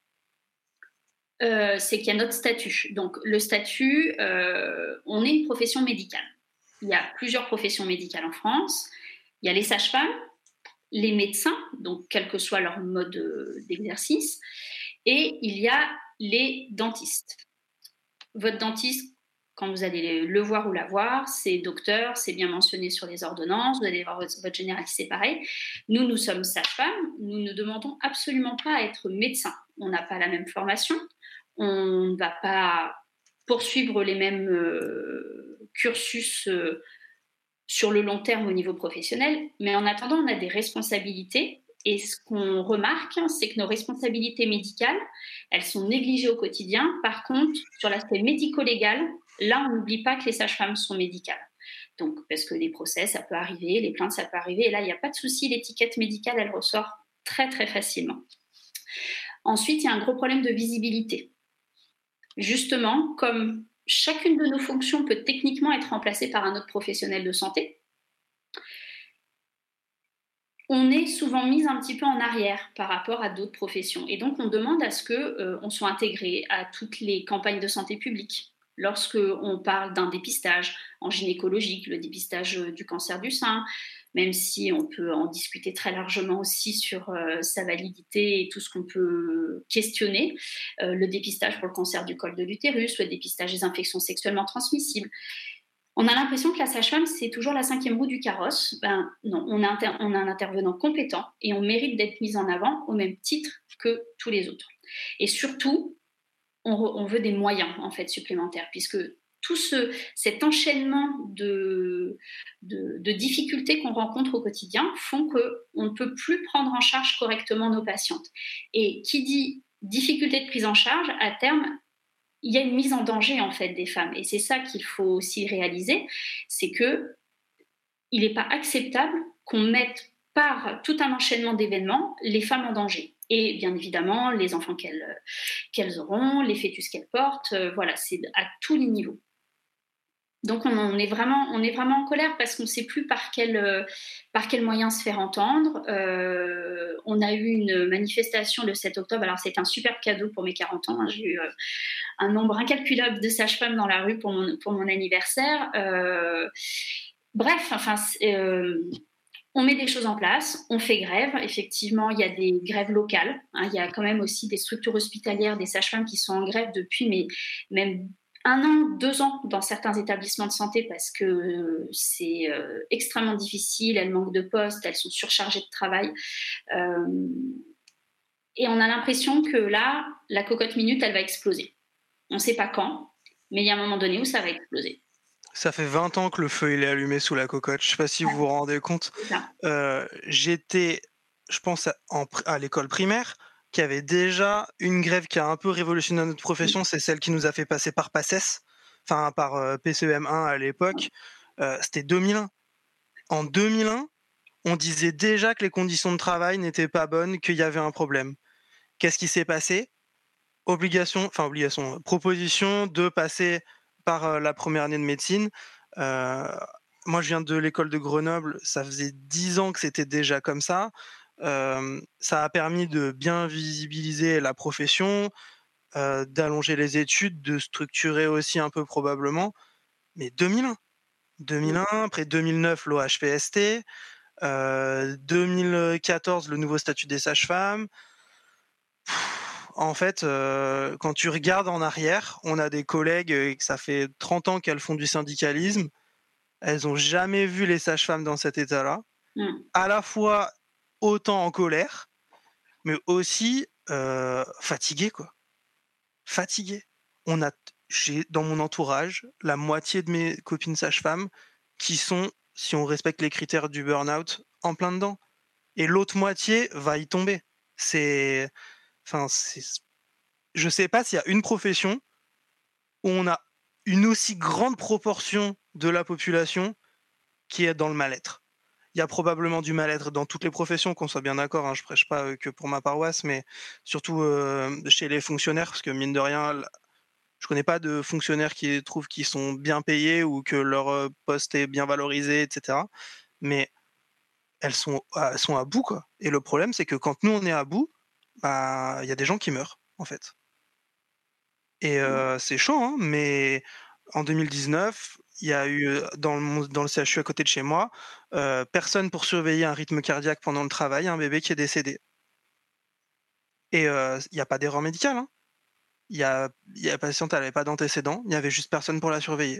Euh, c'est qu'il y a notre statut. Donc, le statut, euh, on est une profession médicale. Il y a plusieurs professions médicales en France. Il y a les sages-femmes, les médecins, donc quel que soit leur mode d'exercice, et il y a les dentistes. Votre dentiste, Quand vous allez le voir ou la voir, c'est docteur, c'est bien mentionné sur les ordonnances, vous allez voir votre, votre généraliste, c'est pareil. Nous, nous sommes sages-femmes, nous ne demandons absolument pas à être médecins. On n'a pas la même formation, on ne va pas poursuivre les mêmes euh, cursus euh, sur le long terme au niveau professionnel, mais en attendant, on a des responsabilités. Et ce qu'on remarque, c'est que nos responsabilités médicales, elles sont négligées au quotidien. Par contre, sur l'aspect médico-légal, là, on n'oublie pas que les sages-femmes sont médicales. Donc, parce que les procès, ça peut arriver, les plaintes, ça peut arriver. Et là, il n'y a pas de souci, l'étiquette médicale, elle ressort très, très facilement. Ensuite, il y a un gros problème de visibilité. Justement, comme chacune de nos fonctions peut techniquement être remplacée par un autre professionnel de santé, on est souvent mis un petit peu en arrière par rapport à d'autres professions. Et donc, on demande à ce qu'on euh, soit intégré à toutes les campagnes de santé publique. Lorsqu'on parle d'un dépistage en gynécologique, le dépistage du cancer du sein, même si on peut en discuter très largement aussi sur euh, sa validité et tout ce qu'on peut questionner, euh, le dépistage pour le cancer du col de l'utérus, le dépistage des infections sexuellement transmissibles. On a l'impression que la sage-femme, c'est toujours la cinquième roue du carrosse. Ben non, on a, inter- on a un intervenant compétent et on mérite d'être mis en avant au même titre que tous les autres. Et surtout, on, re- on veut des moyens en fait supplémentaires, puisque tout ce, cet enchaînement de, de, de difficultés qu'on rencontre au quotidien font qu'on ne peut plus prendre en charge correctement nos patientes. Et qui dit difficulté de prise en charge, à terme, il y a une mise en danger en fait des femmes, et c'est ça qu'il faut aussi réaliser, c'est que il n'est pas acceptable qu'on mette par tout un enchaînement d'événements les femmes en danger, et bien évidemment les enfants qu'elles, qu'elles auront, les fœtus qu'elles portent, euh, voilà, c'est à tous les niveaux. Donc on, on, est vraiment, on est vraiment en colère parce qu'on ne sait plus par quel, euh, par quel moyen se faire entendre. Euh, on a eu une manifestation le sept octobre, alors c'était un super cadeau pour mes quarante ans, hein. J'ai eu euh, un nombre incalculable de sages-femmes dans la rue pour mon, pour mon anniversaire. Euh, bref, enfin, euh, on met des choses en place, on fait grève. Effectivement, il y a des grèves locales, hein. Il y a quand même aussi des structures hospitalières, des sages-femmes qui sont en grève depuis mais même un an, deux ans dans certains établissements de santé parce que c'est euh, extrêmement difficile, elles manquent de postes, elles sont surchargées de travail. Euh, et on a l'impression que là, la cocotte minute, elle va exploser. On ne sait pas quand, mais il y a un moment donné où ça va exploser. Ça fait vingt ans que le feu il est allumé sous la cocotte. Je ne sais pas si vous vous rendez compte. Euh, j'étais, je pense, à, en, à l'école primaire, qui avait déjà une grève qui a un peu révolutionné notre profession, c'est celle qui nous a fait passer par PACES, enfin par euh, P C E M un à l'époque. Euh, c'était deux mille un. En deux mille un, on disait déjà que les conditions de travail n'étaient pas bonnes, qu'il y avait un problème. Qu'est-ce qui s'est passé ? Obligation, enfin obligation, proposition de passer par euh, la première année de médecine. Euh, moi, je viens de l'école de Grenoble, ça faisait dix ans que c'était déjà comme ça. Euh, ça a permis de bien visibiliser la profession, euh, d'allonger les études, de structurer aussi un peu probablement. Mais deux mille un, deux mille un, après deux mille neuf, l'O H P S T, euh, deux mille quatorze, le nouveau statut des sages-femmes. Pff, en fait, euh, quand tu regardes en arrière, on a des collègues, euh, ça fait trente ans qu'elles font du syndicalisme. Elles n'ont jamais vu les sages-femmes dans cet état-là. Mm. À la fois autant en colère, mais aussi euh, fatigué, quoi. Fatigué. On a, j'ai dans mon entourage la moitié de mes copines sages-femmes qui sont, si on respecte les critères du burn-out, en plein dedans. Et l'autre moitié va y tomber. C'est, enfin, c'est, je sais pas s'il y a une profession où on a une aussi grande proportion de la population qui est dans le mal-être. Il y a probablement du mal-être dans toutes les professions, qu'on soit bien d'accord, hein, je prêche pas que pour ma paroisse, mais surtout euh, chez les fonctionnaires, parce que mine de rien, je connais pas de fonctionnaires qui trouvent qu'ils sont bien payés ou que leur poste est bien valorisé, et cetera. Mais elles sont, elles sont à bout, quoi. Et le problème, c'est que quand nous, on est à bout, bah, y a des gens qui meurent, en fait. Et euh, c'est chaud, hein, mais en deux mille dix-neuf, il y a eu dans le, dans le C H U à côté de chez moi, euh, personne pour surveiller un rythme cardiaque pendant le travail, un bébé qui est décédé. Et il euh, n'y a pas d'erreur médicale. Hein. il y a, il y a la patiente, elle n'avait pas d'antécédents, il n'y avait juste personne pour la surveiller.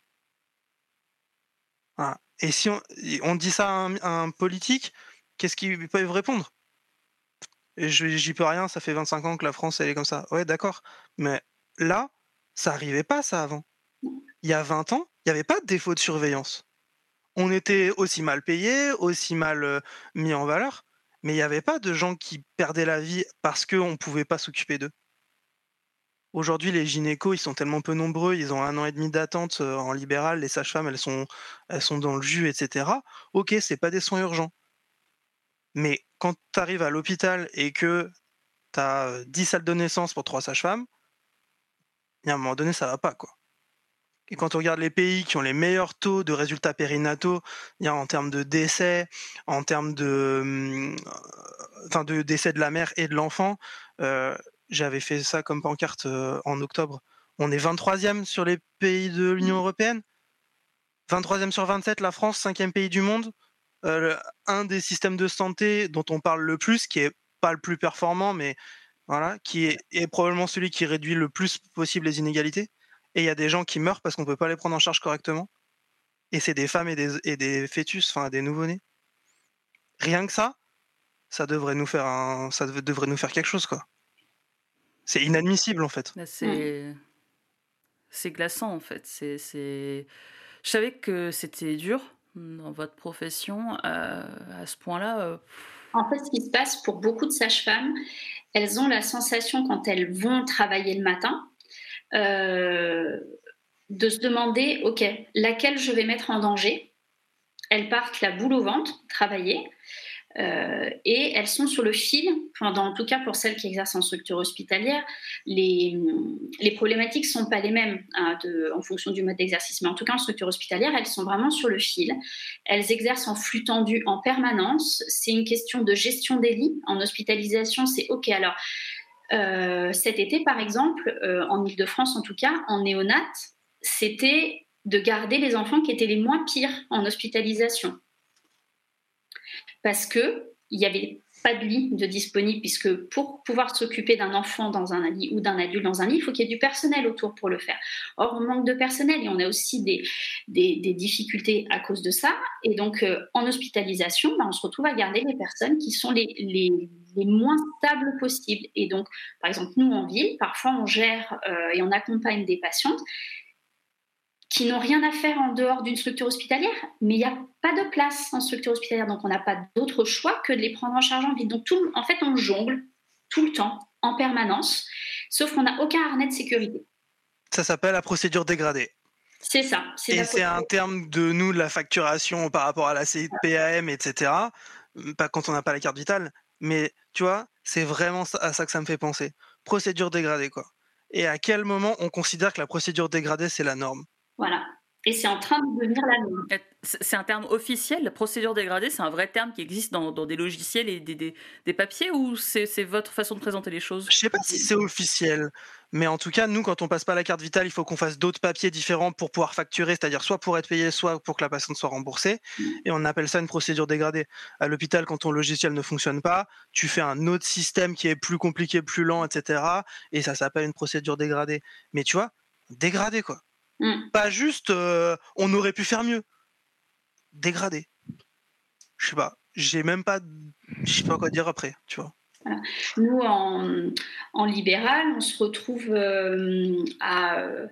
Voilà. Et si on, on dit ça à un, à un politique, qu'est-ce qu'ils peuvent répondre? Et je, j'y peux rien, ça fait vingt-cinq ans que la France elle est comme ça. Ouais, d'accord. Mais là, ça arrivait pas ça avant. Il y a vingt ans, il n'y avait pas de défaut de surveillance. On était aussi mal payés, aussi mal euh, mis en valeur, mais il n'y avait pas de gens qui perdaient la vie parce qu'on ne pouvait pas s'occuper d'eux. Aujourd'hui, les gynécos, ils sont tellement peu nombreux, ils ont un an et demi d'attente euh, en libéral, les sages-femmes, elles sont, elles sont dans le jus, et cetera. Ok, c'est pas des soins urgents. Mais quand tu arrives à l'hôpital et que tu as dix salles de naissance pour trois sages-femmes, il y a un moment donné, ça va pas, quoi. Et quand on regarde les pays qui ont les meilleurs taux de résultats périnataux, en termes de décès, en termes de, enfin de décès de la mère et de l'enfant, euh, j'avais fait ça comme pancarte euh, en octobre. On est vingt-troisième sur les pays de l'Union européenne, vingt-troisième sur vingt-sept, la France, cinquième pays du monde. Euh, un des systèmes de santé dont on parle le plus, qui est pas le plus performant, mais voilà, qui est, est probablement celui qui réduit le plus possible les inégalités. Et il y a des gens qui meurent parce qu'on ne peut pas les prendre en charge correctement. Et c'est des femmes et des, et des fœtus, enfin des nouveau-nés. Rien que ça, ça devrait nous faire un, ça devrait nous faire quelque chose, quoi. C'est inadmissible en fait. Là, c'est, c'est glaçant en fait. C'est, c'est... Je savais que c'était dur dans votre profession euh, à ce point-là. Euh... En fait, ce qui se passe pour beaucoup de sages-femmes, elles ont la sensation quand elles vont travailler le matin. Euh, de se demander, ok, laquelle je vais mettre en danger. Elles partent la boule au ventre, travailler, euh, et elles sont sur le fil, pendant, en tout cas pour celles qui exercent en structure hospitalière, les, les problématiques ne sont pas les mêmes hein, de, en fonction du mode d'exercice, mais en tout cas en structure hospitalière, elles sont vraiment sur le fil. Elles exercent en flux tendu en permanence. C'est une question de gestion des lits. En hospitalisation, c'est ok, alors Euh, cet été, par exemple, euh, en Île-de-France en tout cas, en néonat, c'était de garder les enfants qui étaient les moins pires en hospitalisation. Parce qu'il n'y avait pas de lit de disponible, puisque pour pouvoir s'occuper d'un enfant dans un lit ou d'un adulte dans un lit, il faut qu'il y ait du personnel autour pour le faire. Or, on manque de personnel et on a aussi des, des, des difficultés à cause de ça. Et donc, euh, en hospitalisation, ben, on se retrouve à garder les personnes qui sont les, les, les moins stables possibles. Et donc, par exemple, nous, en ville, parfois, on gère euh, et on accompagne des patientes qui n'ont rien à faire en dehors d'une structure hospitalière, mais il n'y a pas de place en structure hospitalière, donc on n'a pas d'autre choix que de les prendre en charge en ville. Donc tout, en fait, on jongle tout le temps, en permanence, sauf qu'on n'a aucun harnais de sécurité. Ça s'appelle la procédure dégradée. C'est ça. C'est et c'est un terme de nous, de la facturation par rapport à la C P A M, et cetera. Pas quand on n'a pas la carte vitale, mais tu vois, c'est vraiment à ça que ça me fait penser. Procédure dégradée, quoi. Et à quel moment on considère que la procédure dégradée, c'est la norme ? Voilà. Et c'est en train de devenir la norme. C'est un terme officiel, la procédure dégradée, c'est un vrai terme qui existe dans, dans des logiciels et des, des, des papiers, ou c'est, c'est votre façon de présenter les choses ? Je sais pas si c'est officiel, mais en tout cas, nous, quand on passe pas la carte vitale, il faut qu'on fasse d'autres papiers différents pour pouvoir facturer, c'est-à-dire soit pour être payé, soit pour que la patiente soit remboursée, et on appelle ça une procédure dégradée. À l'hôpital, quand ton logiciel ne fonctionne pas, tu fais un autre système qui est plus compliqué, plus lent, et cetera, et ça s'appelle une procédure dégradée. Mais tu vois, dégradée, quoi. Mm. Pas juste euh, on aurait pu faire mieux. Dégradé. Je sais pas. J'ai même pas. Je sais pas quoi dire après, tu vois. Voilà. Nous, en, en libéral, on se retrouve euh, à, euh,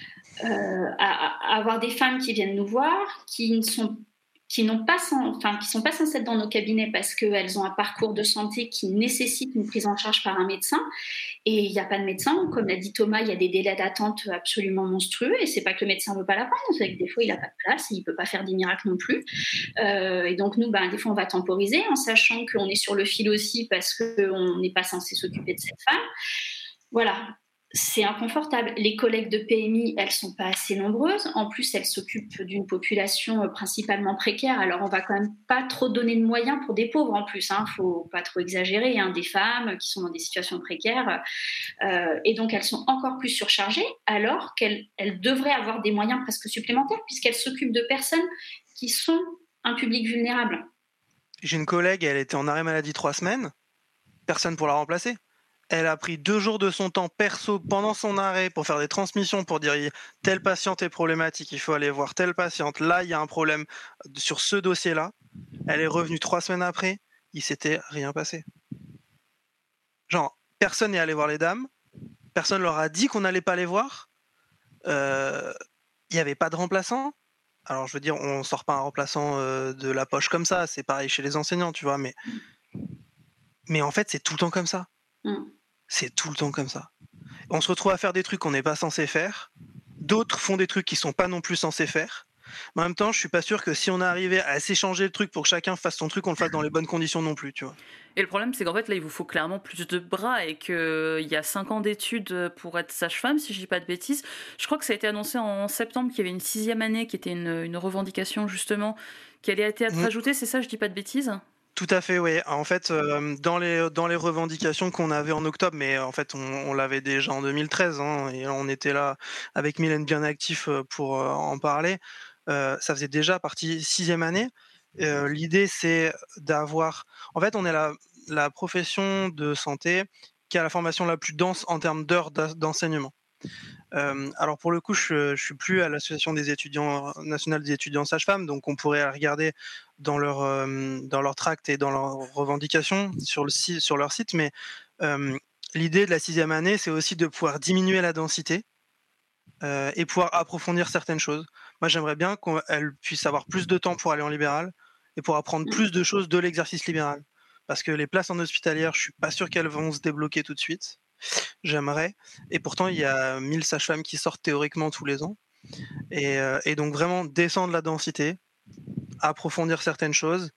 à, à avoir des femmes qui viennent nous voir, qui ne sont qui n'ont pas, enfin, qui sont pas censées être dans nos cabinets parce qu'elles ont un parcours de santé qui nécessite une prise en charge par un médecin. Et il n'y a pas de médecin. Comme l'a dit Thomas, il y a des délais d'attente absolument monstrueux. Et c'est pas que le médecin ne veut pas la prendre, c'est que des fois, il n'a pas de place et il ne peut pas faire des miracles non plus. Euh, et donc, nous, ben, des fois, on va temporiser en sachant qu'on est sur le fil aussi parce qu'on n'est pas censé s'occuper de cette femme. Voilà. C'est inconfortable. Les collègues de P M I, elles ne sont pas assez nombreuses. En plus, elles s'occupent d'une population principalement précaire. Alors, on ne va quand même pas trop donner de moyens pour des pauvres en plus. Il hein. ne faut pas trop exagérer. Hein. Des femmes qui sont dans des situations précaires. Euh, et donc, elles sont encore plus surchargées alors qu'elles elles devraient avoir des moyens presque supplémentaires puisqu'elles s'occupent de personnes qui sont un public vulnérable. J'ai une collègue, elle était en arrêt maladie trois semaines. Personne pour la remplacer. Elle a pris deux jours de son temps perso pendant son arrêt pour faire des transmissions pour dire telle patiente est problématique, il faut aller voir telle patiente. Là, il y a un problème sur ce dossier-là. Elle est revenue trois semaines après, il s'était rien passé. Genre, personne n'est allé voir les dames, personne leur a dit qu'on n'allait pas les voir. Euh, Il n'y avait pas de remplaçant. Alors, je veux dire, on sort pas un remplaçant euh, de la poche comme ça. C'est pareil chez les enseignants, tu vois. Mais, mais en fait, c'est tout le temps comme ça. Mm. C'est tout le temps comme ça. On se retrouve à faire des trucs qu'on n'est pas censé faire. D'autres font des trucs qu'ils sont pas non plus censés faire. Mais en même temps, je suis pas sûr que si on arrivait à s'échanger le truc pour que chacun fasse son truc, on le fasse dans les bonnes conditions non plus, tu vois. Et le problème, c'est qu'en fait, là, il vous faut clairement plus de bras et qu'il y a cinq ans d'études pour être sage-femme, si je dis pas de bêtises. Je crois que ça a été annoncé en septembre qu'il y avait une sixième année qui était une, une revendication, justement, qui allait être Mmh. ajoutée, c'est ça, je dis pas de bêtises? Tout à fait, oui. En fait, euh, dans les dans les revendications qu'on avait en octobre, mais en fait, on, on l'avait déjà en deux mille treize, hein, et on était là avec Mylène bien actif euh, pour euh, en parler. Euh, ça faisait déjà partie sixième année. Euh, l'idée, c'est d'avoir. En fait, on est la la profession de santé qui a la formation la plus dense en termes d'heures d'en- d'enseignement. Euh, alors pour le coup, je, je suis plus à l'association des étudiants nationale des étudiants sages-femmes, donc on pourrait regarder dans leur euh, dans leur tract et dans leurs revendications sur le site, sur leur site. Mais euh, l'idée de la sixième année, c'est aussi de pouvoir diminuer la densité euh, et pouvoir approfondir certaines choses. Moi, j'aimerais bien qu'elle puisse avoir plus de temps pour aller en libéral et pour apprendre plus de choses de l'exercice libéral. Parce que les places en hospitalière, je suis pas sûr qu'elles vont se débloquer tout de suite. J'aimerais. Et pourtant, il y a mille sages-femmes qui sortent théoriquement tous les ans. Et, euh, et donc, vraiment descendre la densité, approfondir certaines choses.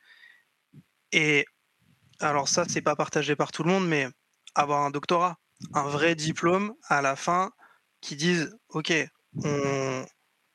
Et alors, ça, c'est pas partagé par tout le monde, mais avoir un doctorat, un vrai diplôme à la fin qui dise OK, on,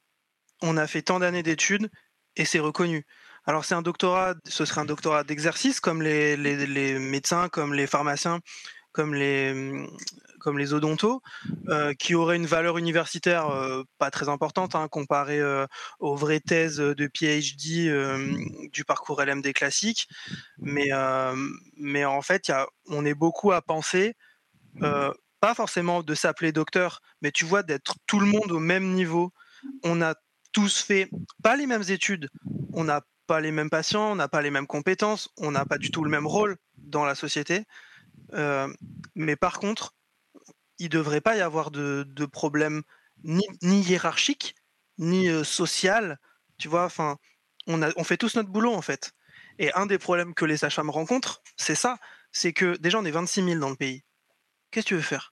on a fait tant d'années d'études et c'est reconnu. Alors, c'est un doctorat, ce serait un doctorat d'exercice, comme les, les, les médecins, comme les pharmaciens, comme les, comme les odontos, euh, qui auraient une valeur universitaire euh, pas très importante, hein, comparée euh, aux vraies thèses de PhD euh, du parcours L M D classique. Mais, euh, mais en fait, y a, on est beaucoup à penser, euh, pas forcément de s'appeler docteur, mais tu vois, d'être tout le monde au même niveau. On a tous fait pas les mêmes études, on n'a pas les mêmes patients, on n'a pas les mêmes compétences, on n'a pas du tout le même rôle dans la société. Euh, mais par contre, il ne devrait pas y avoir de, de problème ni, ni hiérarchique, ni euh, social. Tu vois, enfin, on, a, on fait tous notre boulot en fait. Et un des problèmes que les sages-femmes rencontrent, c'est ça. C'est que déjà, on est vingt-six mille dans le pays. Qu'est-ce que tu veux faire?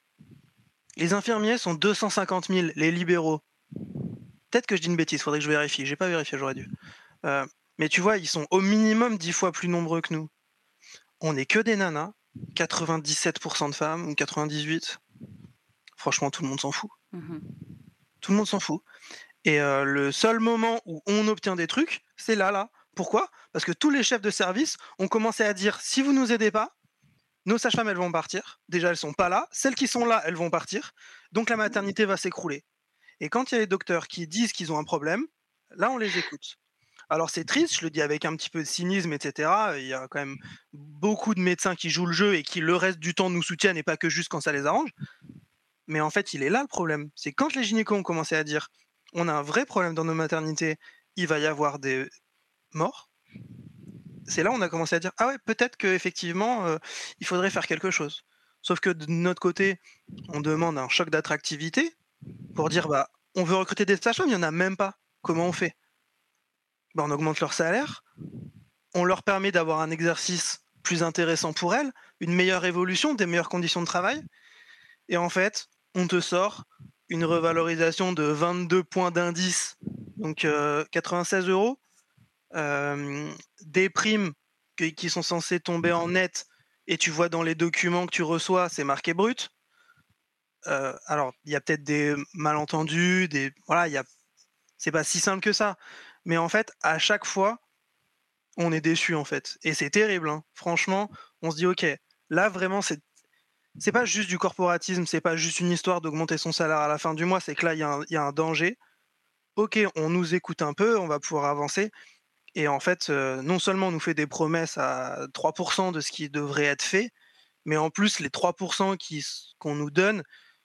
Les infirmiers sont deux cent cinquante mille, les libéraux. Peut-être que je dis une bêtise, faudrait que je vérifie. J'ai pas vérifié, j'aurais dû. Euh, mais tu vois, ils sont au minimum dix fois plus nombreux que nous. On n'est que des nanas, quatre-vingt-dix-sept pour cent de femmes, ou quatre-vingt-dix-huit. Franchement, tout le monde s'en fout. Mhm. Tout le monde s'en fout. Et euh, le seul moment où on obtient des trucs, c'est là, là. Pourquoi? Parce que tous les chefs de service ont commencé à dire, si vous nous aidez pas, nos sages-femmes, elles vont partir. Déjà, elles sont pas là. Celles qui sont là, elles vont partir. Donc la maternité va s'écrouler. Et quand il y a les docteurs qui disent qu'ils ont un problème, là, on les écoute. Alors c'est triste, je le dis avec un petit peu de cynisme, et cetera. Il y a quand même beaucoup de médecins qui jouent le jeu et qui le reste du temps nous soutiennent et pas que juste quand ça les arrange. Mais en fait, il est là le problème. C'est quand les gynécos ont commencé à dire on a un vrai problème dans nos maternités, il va y avoir des morts. C'est là où on a commencé à dire ah ouais, peut-être qu'effectivement, euh, il faudrait faire quelque chose. Sauf que de notre côté, on demande un choc d'attractivité pour dire bah on veut recruter des sages-femmes, il n'y en a même pas. Comment on fait? Bah, on augmente leur salaire, on leur permet d'avoir un exercice plus intéressant pour elles, une meilleure évolution, des meilleures conditions de travail. Et en fait, on te sort une revalorisation de vingt-deux points d'indice, donc euh, quatre-vingt-seize euros, euh, des primes que, qui sont censées tomber en net, et tu vois dans les documents que tu reçois, c'est marqué brut. Euh, alors, il y a peut-être des malentendus, des voilà, il y a, c'est pas si simple que ça. Mais en fait, à chaque fois, on est déçu en fait, et c'est terrible. Hein. Franchement, on se dit ok, là vraiment, c'est c'est pas juste du corporatisme, c'est pas juste une histoire d'augmenter son salaire à la fin du mois, c'est que là, il y, y a un danger. Ok, on nous écoute un peu, on va pouvoir avancer. Et en fait, euh, non seulement on nous fait des promesses à trois pour cent de ce qui devrait être fait, mais en plus, les trois pour cent qui, qu'on nous donne,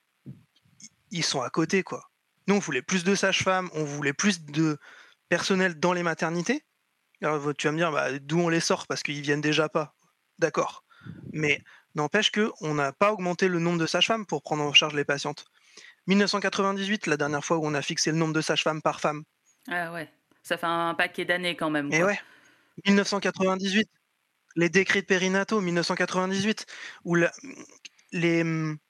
ils sont à côté, quoi. Nous, on voulait plus de sages-femmes, on voulait plus de personnel dans les maternités. Alors, tu vas me dire, bah, d'où on les sort parce qu'ils viennent déjà pas. D'accord. Mais n'empêche qu'on n'a pas augmenté le nombre de sages-femmes pour prendre en charge les patientes. dix-neuf cent quatre-vingt-dix-huit, la dernière fois où on a fixé le nombre de sages-femmes par femme. Ah ouais, ça fait un paquet d'années quand même. Et quoi. ouais, dix-neuf cent quatre-vingt-dix-huit, les décrets de périnataux, dix-neuf cent quatre-vingt-dix-huit, où la, les,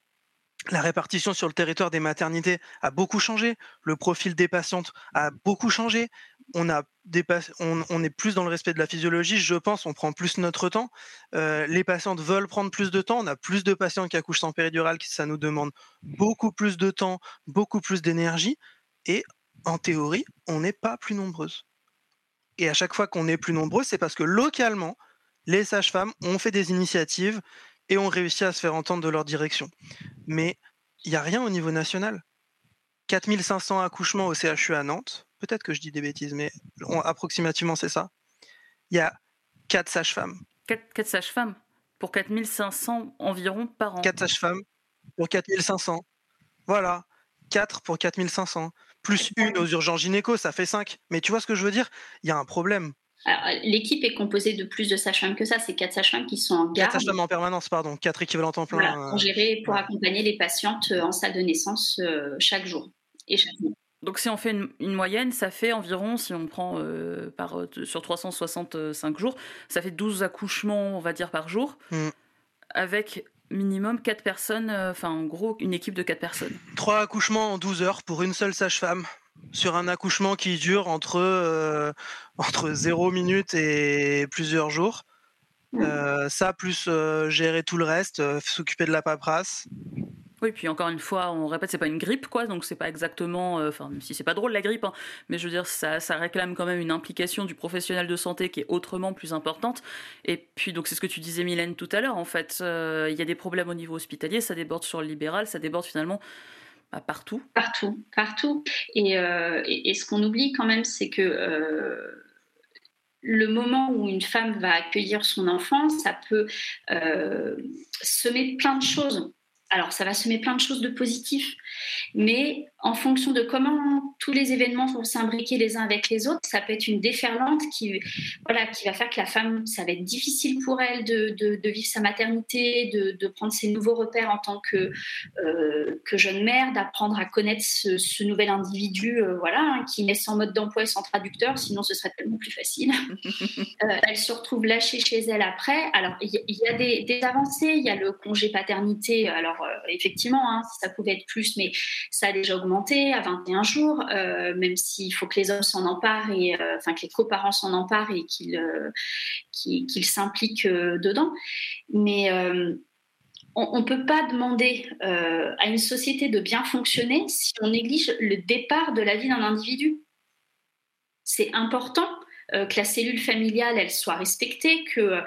la répartition sur le territoire des maternités a beaucoup changé, le profil des patientes a beaucoup changé, on, a des, on, on est plus dans le respect de la physiologie, je pense, on prend plus notre temps, euh, les patientes veulent prendre plus de temps, on a plus de patientes qui accouchent sans péridurale, ça nous demande beaucoup plus de temps, beaucoup plus d'énergie, et en théorie, on n'est pas plus nombreuses. Et à chaque fois qu'on est plus nombreux, c'est parce que localement, les sages-femmes ont fait des initiatives et ont réussi à se faire entendre de leur direction. Mais il n'y a rien au niveau national. quatre mille cinq cents accouchements au C H U à Nantes, peut-être que je dis des bêtises, mais on, approximativement c'est ça. Il y a quatre sages-femmes. quatre sages-femmes pour quatre mille cinq cents environ par an. quatre sages-femmes pour quatre mille cinq cents. Voilà, quatre pour quatre mille cinq cents. Plus une aux urgences gynéco, ça fait cinq. Mais tu vois ce que je veux dire ? Il y a un problème. Alors, l'équipe est composée de plus de sages-femmes que ça. C'est quatre sages-femmes qui sont en garde. quatre sages-femmes en permanence, pardon. quatre équivalents temps plein. Voilà, pour gérer, pour ouais. accompagner les patientes en salle de naissance euh, chaque jour et chaque nuit. Donc si on fait une, une moyenne, ça fait environ, si on prend euh, par, sur trois cent soixante-cinq jours, ça fait douze accouchements, on va dire, par jour, mm. avec minimum quatre personnes, enfin euh, en gros une équipe de quatre personnes. trois accouchements en douze heures pour une seule sage-femme, sur un accouchement qui dure entre, euh, entre zéro minute et plusieurs jours. Mm. Euh, ça, plus euh, gérer tout le reste, euh, s'occuper de la paperasse. Oui, puis encore une fois, on répète, c'est pas une grippe, quoi, donc c'est pas exactement, enfin, euh, même si c'est pas drôle la grippe, hein, mais je veux dire, ça, ça réclame quand même une implication du professionnel de santé qui est autrement plus importante. Et puis, donc, c'est ce que tu disais, Mylène, tout à l'heure, en fait, il euh, y a des problèmes au niveau hospitalier, ça déborde sur le libéral, ça déborde finalement bah, partout. Partout, partout. Et, euh, et, et ce qu'on oublie quand même, c'est que euh, le moment où une femme va accueillir son enfant, ça peut euh, semer plein de choses. Alors, ça va semer plein de choses de positif, mais en fonction de comment tous les événements vont s'imbriquer les uns avec les autres, ça peut être une déferlante qui, voilà, qui va faire que la femme, ça va être difficile pour elle de, de, de vivre sa maternité, de, de prendre ses nouveaux repères en tant que, euh, que jeune mère, d'apprendre à connaître ce, ce nouvel individu euh, voilà, hein, qui naît sans mode d'emploi et sans traducteur, sinon ce serait tellement plus facile. euh, elle se retrouve lâchée chez elle après. Alors, il y, y a des, des avancées, il y a le congé paternité, alors euh, effectivement, hein, ça pouvait être plus, mais ça a déjà augmenté à vingt et un jours, euh, même s'il faut que les hommes s'en emparent, et, euh, enfin que les coparents s'en emparent et qu'ils, euh, qu'ils, qu'ils s'impliquent euh, dedans. Mais euh, on ne peut pas demander euh, à une société de bien fonctionner si on néglige le départ de la vie d'un individu. C'est important euh, que la cellule familiale, elle soit respectée, que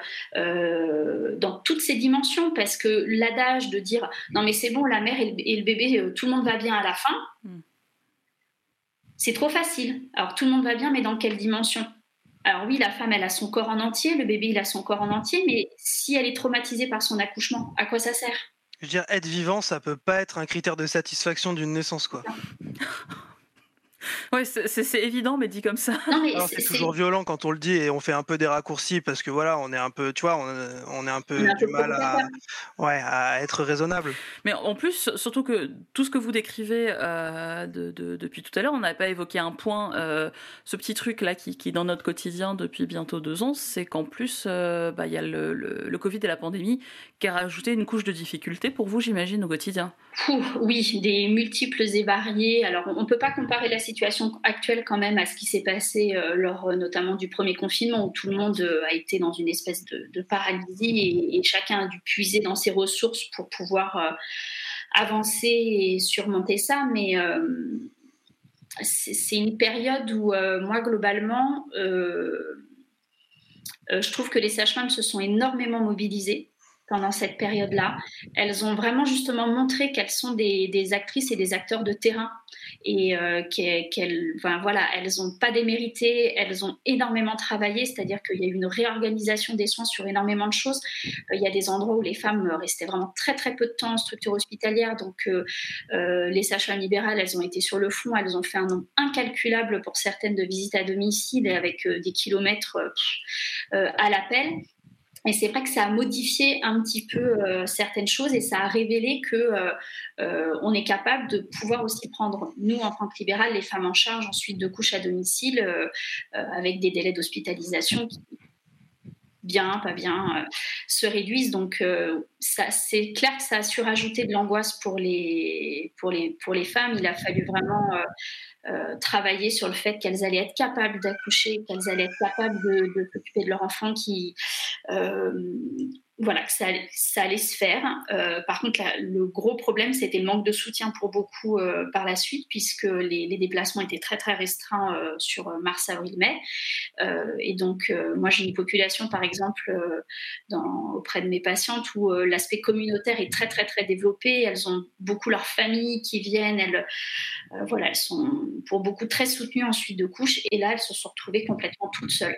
euh, dans toutes ses dimensions, parce que l'adage de dire « non mais c'est bon, la mère et le, et le bébé, euh, tout le monde va bien à la fin mm. », c'est trop facile. Alors tout le monde va bien, mais dans quelle dimension ? Alors oui, la femme, elle a son corps en entier, le bébé, il a son corps en entier, mais si elle est traumatisée par son accouchement, à quoi ça sert ? Je veux dire, être vivant, ça peut pas être un critère de satisfaction d'une naissance, quoi. Oui, c'est, c'est, c'est évident, mais dit comme ça. Non, mais Alors, c'est, c'est toujours c'est... violent quand on le dit et on fait un peu des raccourcis parce que voilà, on est un peu, tu vois, on, on est un peu on du mal à, ouais, à être raisonnable. Mais en plus, surtout que tout ce que vous décrivez euh, de, de, depuis tout à l'heure, on n'avait pas évoqué un point, euh, ce petit truc là qui, qui dans notre quotidien depuis bientôt deux ans, c'est qu'en plus, euh, bah, y a le, le, le Covid et la pandémie qui a rajouté une couche de difficulté pour vous, j'imagine, au quotidien. Ouh, oui, des multiples et variés. Alors, on ne peut pas comparer la situation actuelle quand même à ce qui s'est passé euh, lors euh, notamment du premier confinement où tout le monde euh, a été dans une espèce de, de paralysie et, et chacun a dû puiser dans ses ressources pour pouvoir euh, avancer et surmonter ça. Mais euh, c'est, c'est une période où euh, moi, globalement, euh, euh, je trouve que les sages-femmes se sont énormément mobilisées. pendant cette période-là. Elles ont vraiment justement montré qu'elles sont des, des actrices et des acteurs de terrain et euh, qu'elles, enfin, voilà, elles n'ont pas démérité, elles ont énormément travaillé, c'est-à-dire qu'il y a eu une réorganisation des soins sur énormément de choses. Euh, il y a des endroits où les femmes restaient vraiment très très peu de temps en structure hospitalière, donc euh, euh, les sages-femmes libérales, elles ont été sur le front, elles ont fait un nombre incalculable pour certaines de visites à domicile avec euh, des kilomètres euh, euh, à l'appel. Et c'est vrai que ça a modifié un petit peu euh, certaines choses et ça a révélé que euh, euh, on est capable de pouvoir aussi prendre, nous en tant que libérales, les femmes en charge ensuite de couches à domicile euh, euh, avec des délais d'hospitalisation qui, bien, pas bien, euh, se réduisent. Donc, euh, ça, c'est clair que ça a surajouté de l'angoisse pour les, pour les, pour les femmes. Il a fallu vraiment euh, euh, travailler sur le fait qu'elles allaient être capables d'accoucher, qu'elles allaient être capables de, de s'occuper de leur enfant qui... Euh, voilà, que ça, ça allait se faire. Euh, par contre, la, le gros problème, c'était le manque de soutien pour beaucoup euh, par la suite, puisque les, les déplacements étaient très, très restreints euh, sur mars, avril, mai. Euh, et donc, euh, moi, j'ai une population, par exemple, euh, dans, auprès de mes patientes, où euh, l'aspect communautaire est très, très, très développé. Elles ont beaucoup leur famille qui viennent. Elles, euh, voilà, elles sont, pour beaucoup, très soutenues en suite de couches. Et là, elles se sont retrouvées complètement toutes seules.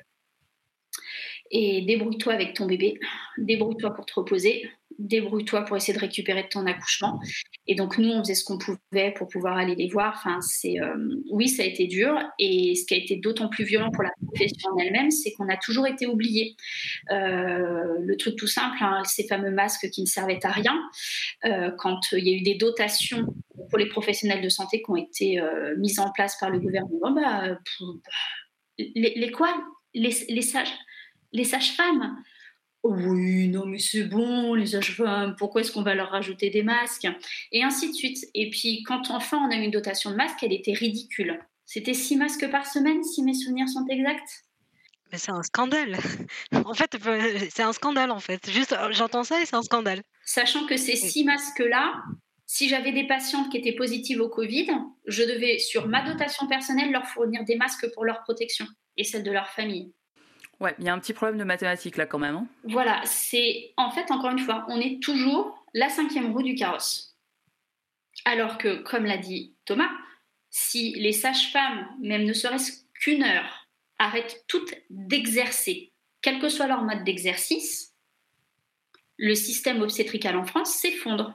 Et débrouille-toi avec ton bébé, débrouille-toi pour te reposer, débrouille-toi pour essayer de récupérer de ton accouchement. Et donc, nous, on faisait ce qu'on pouvait pour pouvoir aller les voir. Enfin, c'est, euh, oui, ça a été dur. Et ce qui a été d'autant plus violent pour la profession en elle-même, c'est qu'on a toujours été oubliés. Euh, le truc tout simple, hein, ces fameux masques qui ne servaient à rien, euh, quand il y a eu des dotations pour les professionnels de santé qui ont été euh, mises en place par le gouvernement, bah, pour, les, les quoi les, les sages Les sages-femmes, oh oui, non mais c'est bon, les sages-femmes, pourquoi est-ce qu'on va leur rajouter des masques? Et ainsi de suite. Et puis quand enfin on a eu une dotation de masques, elle était ridicule. C'était six masques par semaine, si mes souvenirs sont exacts. Mais c'est un scandale. En fait, c'est un scandale en fait. Juste, j'entends ça et c'est un scandale. Sachant que ces six masques-là, si j'avais des patientes qui étaient positives au Covid, je devais, sur ma dotation personnelle, leur fournir des masques pour leur protection et celle de leur famille. Ouais, il y a un petit problème de mathématiques là quand même. Hein. Voilà, c'est en fait, encore une fois, on est toujours la cinquième roue du carrosse. Alors que, comme l'a dit Thomas, si les sages-femmes, même ne serait-ce qu'une heure, arrêtent toutes d'exercer, quel que soit leur mode d'exercice, le système obstétrical en France s'effondre.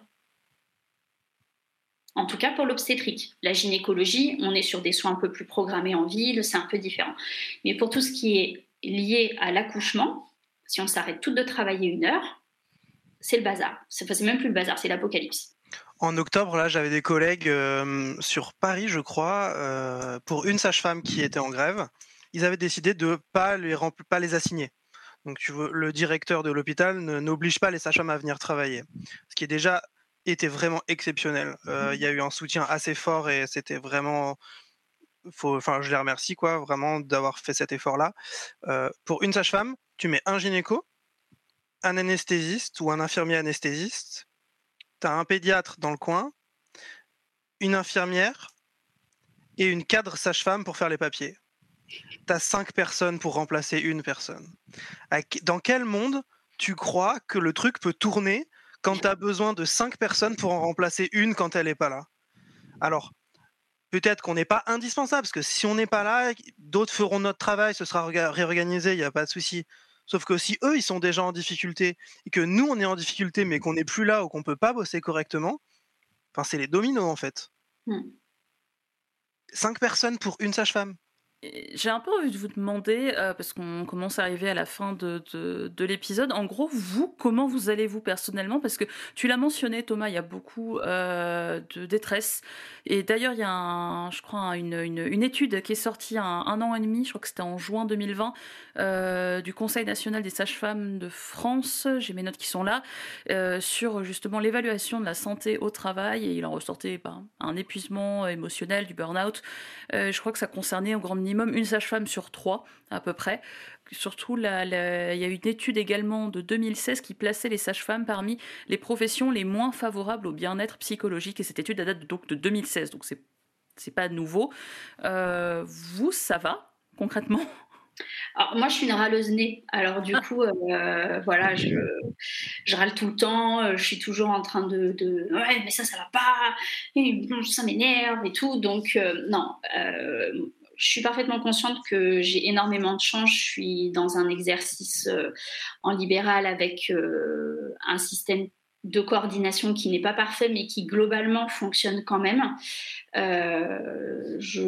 En tout cas pour l'obstétrique. La gynécologie, on est sur des soins un peu plus programmés en ville, c'est un peu différent. Mais pour tout ce qui est lié à l'accouchement, si on s'arrête toutes de travailler une heure, c'est le bazar. C'est, enfin, c'est même plus le bazar, c'est l'apocalypse. En octobre, là, j'avais des collègues euh, sur Paris, je crois, euh, pour une sage-femme qui était en grève. Ils avaient décidé de ne pas les, rempl- pas les assigner. Donc, tu veux, le directeur de l'hôpital ne, n'oblige pas les sages-femmes à venir travailler. Ce qui est déjà était vraiment exceptionnel. Euh, il y a eu un soutien assez fort et c'était vraiment... Faut, enfin, je les remercie quoi, vraiment d'avoir fait cet effort-là. Euh, pour une sage-femme, tu mets un gynéco, un anesthésiste ou un infirmier anesthésiste, tu as un pédiatre dans le coin, une infirmière et une cadre sage-femme pour faire les papiers. Tu as cinq personnes pour remplacer une personne. Dans quel monde tu crois que le truc peut tourner quand tu as besoin de cinq personnes pour en remplacer une quand elle n'est pas là? Alors, peut-être qu'on n'est pas indispensable, parce que si on n'est pas là, d'autres feront notre travail, ce sera réorganisé, il n'y a pas de souci. Sauf que si eux, ils sont déjà en difficulté, et que nous, on est en difficulté, mais qu'on n'est plus là ou qu'on ne peut pas bosser correctement, enfin, c'est les dominos, en fait. Mm. Cinq personnes pour une sage-femme. J'ai un peu envie de vous demander, euh, parce qu'on commence à arriver à la fin de, de, de l'épisode, en gros, vous, comment vous allez-vous personnellement? Parce que tu l'as mentionné, Thomas, il y a beaucoup euh, de détresse. Et d'ailleurs, il y a, un, je crois, une, une, une étude qui est sortie un, un an et demi, je crois que c'était en juin deux mille vingt, euh, du Conseil national des sages-femmes de France, j'ai mes notes qui sont là, euh, sur justement l'évaluation de la santé au travail. Et il en ressortait ben, un épuisement émotionnel, du burn-out. Euh, je crois que ça concernait au grand minimum une sage-femme sur trois, à peu près. Surtout, la, la, il y a eu une étude également de deux mille seize qui plaçait les sages-femmes parmi les professions les moins favorables au bien-être psychologique. Et cette étude date donc de deux mille seize, donc c'est, c'est pas nouveau. Euh, vous, ça va, concrètement ? Alors, moi, je suis une râleuse née. Alors, du coup, euh, voilà, je, je râle tout le temps. euh, Je suis toujours en train de, de ouais, mais ça, ça va pas. et, bon, ça m'énerve et tout. Donc, euh, non. euh, je suis parfaitement consciente que j'ai énormément de chance. Je suis dans un exercice euh, en libéral avec euh, un système de coordination qui n'est pas parfait, mais qui globalement fonctionne quand même. Euh, je,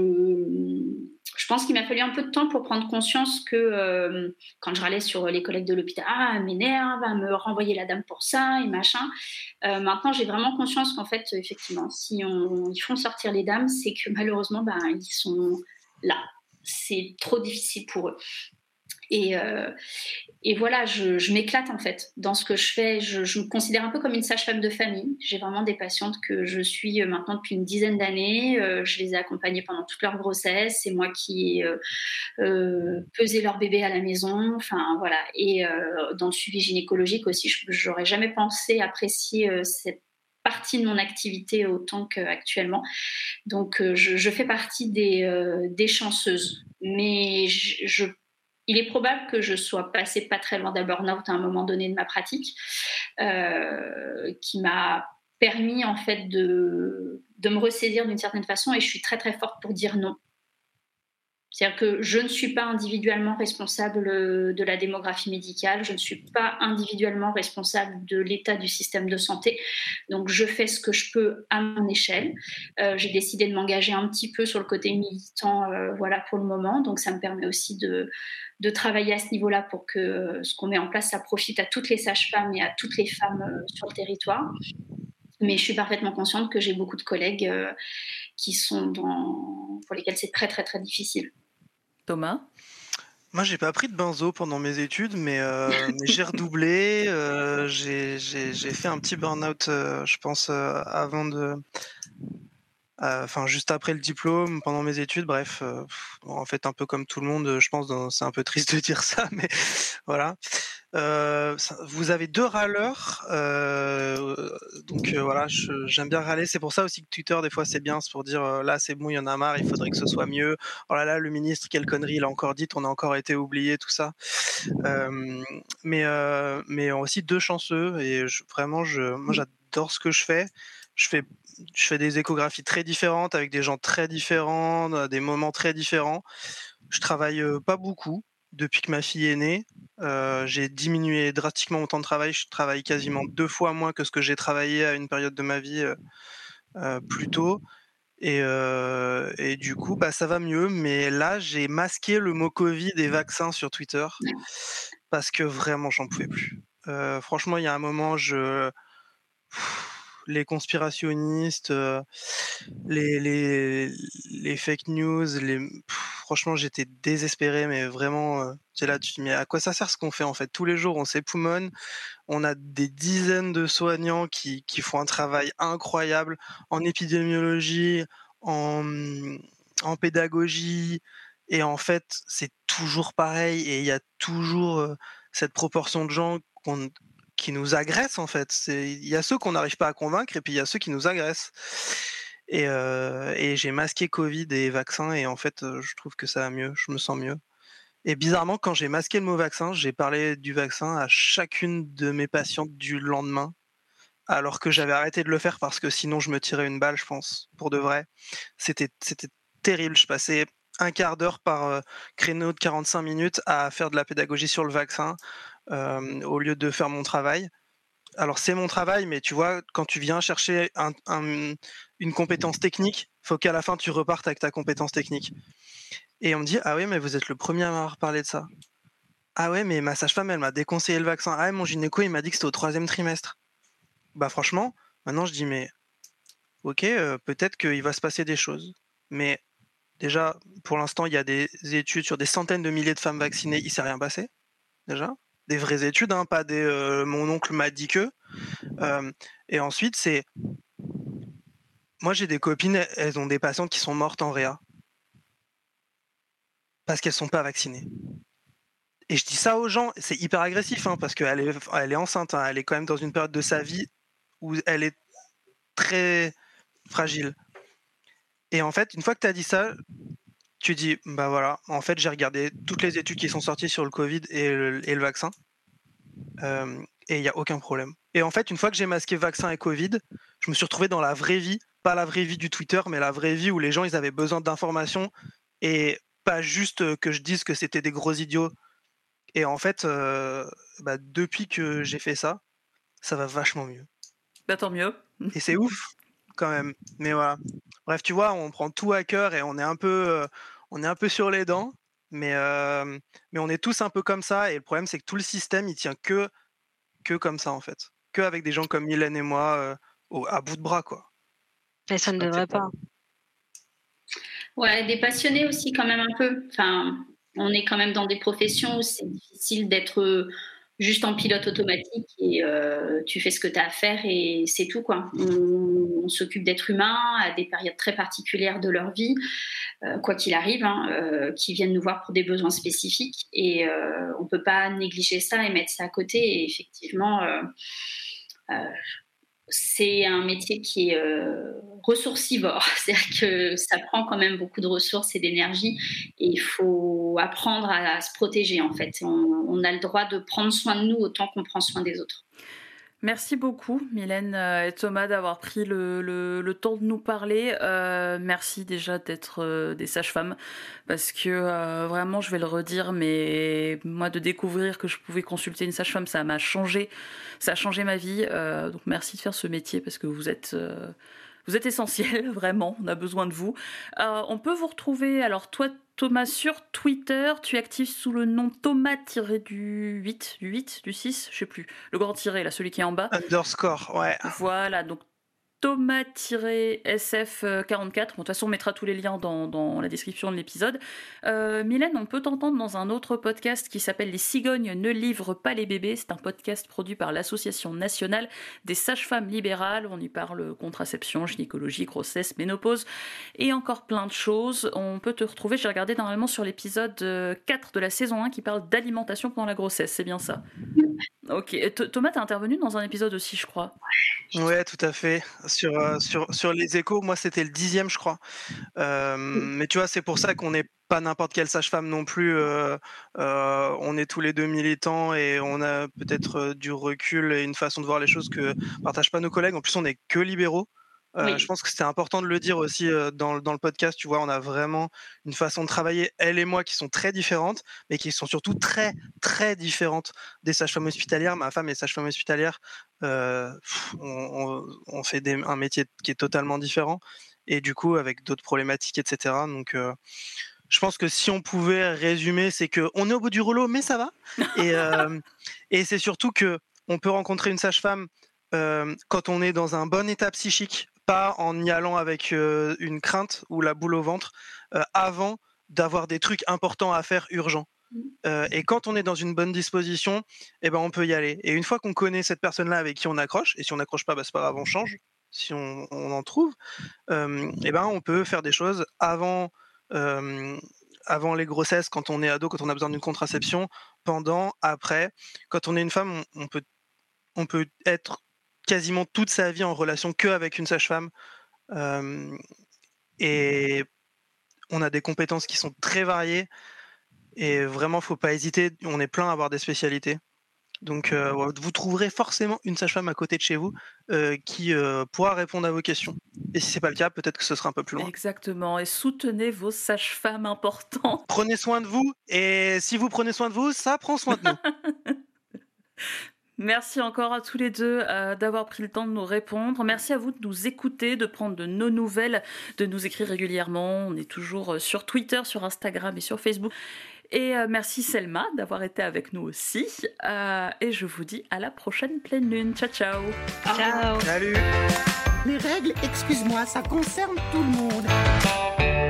je pense qu'il m'a fallu un peu de temps pour prendre conscience que euh, quand je râlais sur les collègues de l'hôpital, ah, elle m'énerve, elle me renvoyer la dame pour ça et machin. Euh, maintenant, j'ai vraiment conscience qu'en fait, effectivement, si on, ils font sortir les dames, c'est que malheureusement, ben, ils sont là. C'est trop difficile pour eux. Et, euh, et voilà, je, je m'éclate en fait dans ce que je fais. Je, je me considère un peu comme une sage-femme de famille. J'ai vraiment des patientes que je suis maintenant depuis une dizaine d'années. Euh, je les ai accompagnées pendant toute leur grossesse. C'est moi qui ai euh, euh, pesé leur bébé à la maison. Enfin voilà. Et euh, dans le suivi gynécologique aussi, je n'aurais jamais pensé apprécier euh, cette partie de mon activité autant qu'actuellement. Donc euh, je, je fais partie des, euh, des chanceuses. Mais je, je il est probable que je sois passée pas très loin d'un burn-out à un moment donné de ma pratique, euh, qui m'a permis en fait de, de me ressaisir d'une certaine façon, et je suis très très forte pour dire non. C'est-à-dire que je ne suis pas individuellement responsable de la démographie médicale, je ne suis pas individuellement responsable de l'état du système de santé. Donc, je fais ce que je peux à mon échelle. Euh, j'ai décidé de m'engager un petit peu sur le côté militant, euh, voilà, pour le moment. Donc, ça me permet aussi de, de travailler à ce niveau-là pour que ce qu'on met en place, ça profite à toutes les sages-femmes et à toutes les femmes euh, sur le territoire. Mais je suis parfaitement consciente que j'ai beaucoup de collègues euh, qui sont dans... pour lesquels c'est très, très, très difficile. Thomas ? Moi, j'ai pas pris de benzo pendant mes études, mais, euh, mais j'ai redoublé. Euh, j'ai, j'ai, j'ai fait un petit burn-out, euh, je pense, euh, avant de, enfin euh, juste après le diplôme, pendant mes études. Bref, euh, bon, en fait, un peu comme tout le monde, je pense. Dans, c'est un peu triste de dire ça, mais voilà. Euh, ça, vous avez deux râleurs, euh, donc euh, voilà, je, j'aime bien râler. C'est pour ça aussi que Twitter, des fois, c'est bien, c'est pour dire euh, là, c'est bon, il y en a marre, il faudrait que ce soit mieux. Oh là là, le ministre, quelle connerie, il a encore dit, on a encore été oublié, tout ça. Euh, mais euh, mais aussi deux chanceux, et je, vraiment, je, moi, j'adore ce que je fais. Je fais je fais des échographies très différentes avec des gens très différents, à des moments très différents. Je travaille euh, pas beaucoup. Depuis que ma fille est née, euh, j'ai diminué drastiquement mon temps de travail. Je travaille quasiment deux fois moins que ce que j'ai travaillé à une période de ma vie euh, euh, plus tôt. Et, euh, et du coup, bah, ça va mieux. Mais là, j'ai masqué le mot Covid et vaccin sur Twitter parce que vraiment, j'en pouvais plus. Euh, franchement, il y a un moment, je... les conspirationnistes, euh, les, les, les fake news, les... Pff, franchement, j'étais désespéré, mais vraiment, euh, c'est là, tu te dis, mais à quoi ça sert ce qu'on fait en fait? Tous les jours, on s'époumonne, on a des dizaines de soignants qui, qui font un travail incroyable en épidémiologie, en, en pédagogie, et en fait, c'est toujours pareil, et il y a toujours euh, cette proportion de gens qu'on qui nous agressent en fait. Il y a ceux qu'on n'arrive pas à convaincre et puis il y a ceux qui nous agressent. Et, euh, et j'ai masqué Covid et vaccin et en fait, je trouve que ça va mieux, je me sens mieux. Et bizarrement, quand j'ai masqué le mot vaccin, j'ai parlé du vaccin à chacune de mes patientes du lendemain, alors que j'avais arrêté de le faire parce que sinon je me tirais une balle, je pense, pour de vrai. C'était, c'était terrible, je passais un quart d'heure par euh, créneau de quarante-cinq minutes à faire de la pédagogie sur le vaccin euh, au lieu de faire mon travail. Alors c'est mon travail, mais tu vois, quand tu viens chercher un, un, une compétence technique, faut qu'à la fin tu repartes avec ta compétence technique. Et on me dit, ah oui, mais vous êtes le premier à m'avoir parlé de ça. Ah ouais, mais ma sage-femme, elle m'a déconseillé le vaccin. Ah ouais, mon gynéco, il m'a dit que c'était au troisième trimestre. Bah franchement, maintenant je dis, mais ok, euh, peut-être qu'il va se passer des choses. Mais déjà, pour l'instant, il y a des études sur des centaines de milliers de femmes vaccinées, il ne s'est rien passé, déjà. Des vraies études, hein, pas des euh, mon oncle m'a dit que. Euh, et ensuite, c'est... Moi, j'ai des copines, elles ont des patientes qui sont mortes en réa. Parce qu'elles ne sont pas vaccinées. Et je dis ça aux gens, c'est hyper agressif, hein, parce qu'elle est, elle est enceinte, hein, elle est quand même dans une période de sa vie où elle est très fragile. Et en fait, une fois que tu as dit ça, tu dis, bah voilà, en fait, j'ai regardé toutes les études qui sont sorties sur le Covid et le, et le vaccin, euh, et il n'y a aucun problème. Et en fait, une fois que j'ai masqué vaccin et Covid, je me suis retrouvé dans la vraie vie, pas la vraie vie du Twitter, mais la vraie vie où les gens, ils avaient besoin d'informations et pas juste que je dise que c'était des gros idiots. Et en fait, euh, bah, depuis que j'ai fait ça, ça va vachement mieux. Bah tant mieux. Et c'est ouf, quand même. Mais voilà. Bref, tu vois, on prend tout à cœur et on est un peu, euh, on est un peu sur les dents, mais, euh, mais on est tous un peu comme ça. Et le problème, c'est que tout le système, il tient que, que comme ça, en fait. Que avec des gens comme Mylène et moi, euh, au, à bout de bras, quoi. Mais ça ne devrait pas. Ouais, des passionnés aussi quand même un peu. Enfin, on est quand même dans des professions où c'est difficile d'être juste en pilote automatique et euh, tu fais ce que tu as à faire et c'est tout, quoi. On, on s'occupe d'êtres humains à des périodes très particulières de leur vie, euh, quoi qu'il arrive, hein, euh, qui viennent nous voir pour des besoins spécifiques et euh, on ne peut pas négliger ça et mettre ça à côté. Et effectivement, euh, euh, c'est un métier qui est euh, ressourcivore, c'est-à-dire que ça prend quand même beaucoup de ressources et d'énergie et il faut apprendre à, à se protéger en fait. On, on a le droit de prendre soin de nous autant qu'on prend soin des autres. Merci beaucoup, Mylène et Thomas, d'avoir pris le, le, le temps de nous parler. Euh, merci déjà d'être euh, des sages-femmes, parce que euh, vraiment, je vais le redire, mais moi, de découvrir que je pouvais consulter une sage-femme, ça m'a changé, ça a changé ma vie. Euh, donc, merci de faire ce métier, parce que vous êtes... Euh, Vous êtes essentiel, vraiment, on a besoin de vous. Euh, on peut vous retrouver, alors toi Thomas, sur Twitter, tu es actif sous le nom Thomas-du huit, du huit, du six, je sais plus, le grand tiré, là, celui qui est en bas. Underscore, ouais. Voilà, donc Thomas-S F quarante-quatre. Bon, de toute façon, on mettra tous les liens dans, dans la description de l'épisode. Euh, Mylène, on peut t'entendre dans un autre podcast qui s'appelle « Les cigognes ne livrent pas les bébés ». C'est un podcast produit par l'Association nationale des sages-femmes libérales. On y parle contraception, gynécologie, grossesse, ménopause et encore plein de choses. On peut te retrouver, j'ai regardé normalement sur l'épisode quatre de la saison un qui parle d'alimentation pendant la grossesse. C'est bien ça? Ok. T- Thomas, t'as intervenu dans un épisode aussi, je crois. Ouais, tout à fait. Sur, euh, sur, sur les échos, moi, c'était le dixième, je crois. Euh, mais tu vois, c'est pour ça qu'on n'est pas n'importe quelle sage-femme non plus. Euh, euh, on est tous les deux militants et on a peut-être du recul et une façon de voir les choses que partagent pas nos collègues. En plus, on n'est que libéraux. Euh, oui. Je pense que c'était important de le dire aussi euh, dans, dans le podcast. Tu vois, on a vraiment une façon de travailler, elle et moi, qui sont très différentes, mais qui sont surtout très, très différentes des sages-femmes hospitalières. Ma femme est sage-femme hospitalière. Euh, on, on, on fait des, un métier qui est totalement différent et du coup, avec d'autres problématiques, et cetera. Donc, euh, je pense que si on pouvait résumer, c'est qu'on est au bout du rouleau, mais ça va. Et, euh, et c'est surtout qu'on peut rencontrer une sage-femme euh, quand on est dans un bon état psychique, pas en y allant avec euh, une crainte ou la boule au ventre, euh, avant d'avoir des trucs importants à faire urgents. Euh, et quand on est dans une bonne disposition, eh ben, on peut y aller. Et une fois qu'on connaît cette personne-là avec qui on accroche, et si on n'accroche pas, bah, c'est pas grave, on change, si on, on en trouve, euh, eh ben, on peut faire des choses avant, euh, avant les grossesses, quand on est ado, quand on a besoin d'une contraception, pendant, après. Quand on est une femme, on, on, peut, on peut être quasiment toute sa vie en relation que avec une sage-femme euh, et on a des compétences qui sont très variées et vraiment faut pas hésiter, on est plein à avoir des spécialités, donc euh, vous trouverez forcément une sage-femme à côté de chez vous euh, qui euh, pourra répondre à vos questions et si c'est pas le cas, peut-être que ce sera un peu plus loin. Exactement, et soutenez vos sages-femmes importantes. Prenez soin de vous et si vous prenez soin de vous, ça prend soin de nous. Merci encore à tous les deux euh, d'avoir pris le temps de nous répondre. Merci à vous de nous écouter, de prendre de nos nouvelles, de nous écrire régulièrement. On est toujours sur Twitter, sur Instagram et sur Facebook. Et euh, merci Selma d'avoir été avec nous aussi. Euh, et je vous dis à la prochaine pleine lune. Ciao, ciao. Ciao. Salut. Les règles, excuse-moi, ça concerne tout le monde.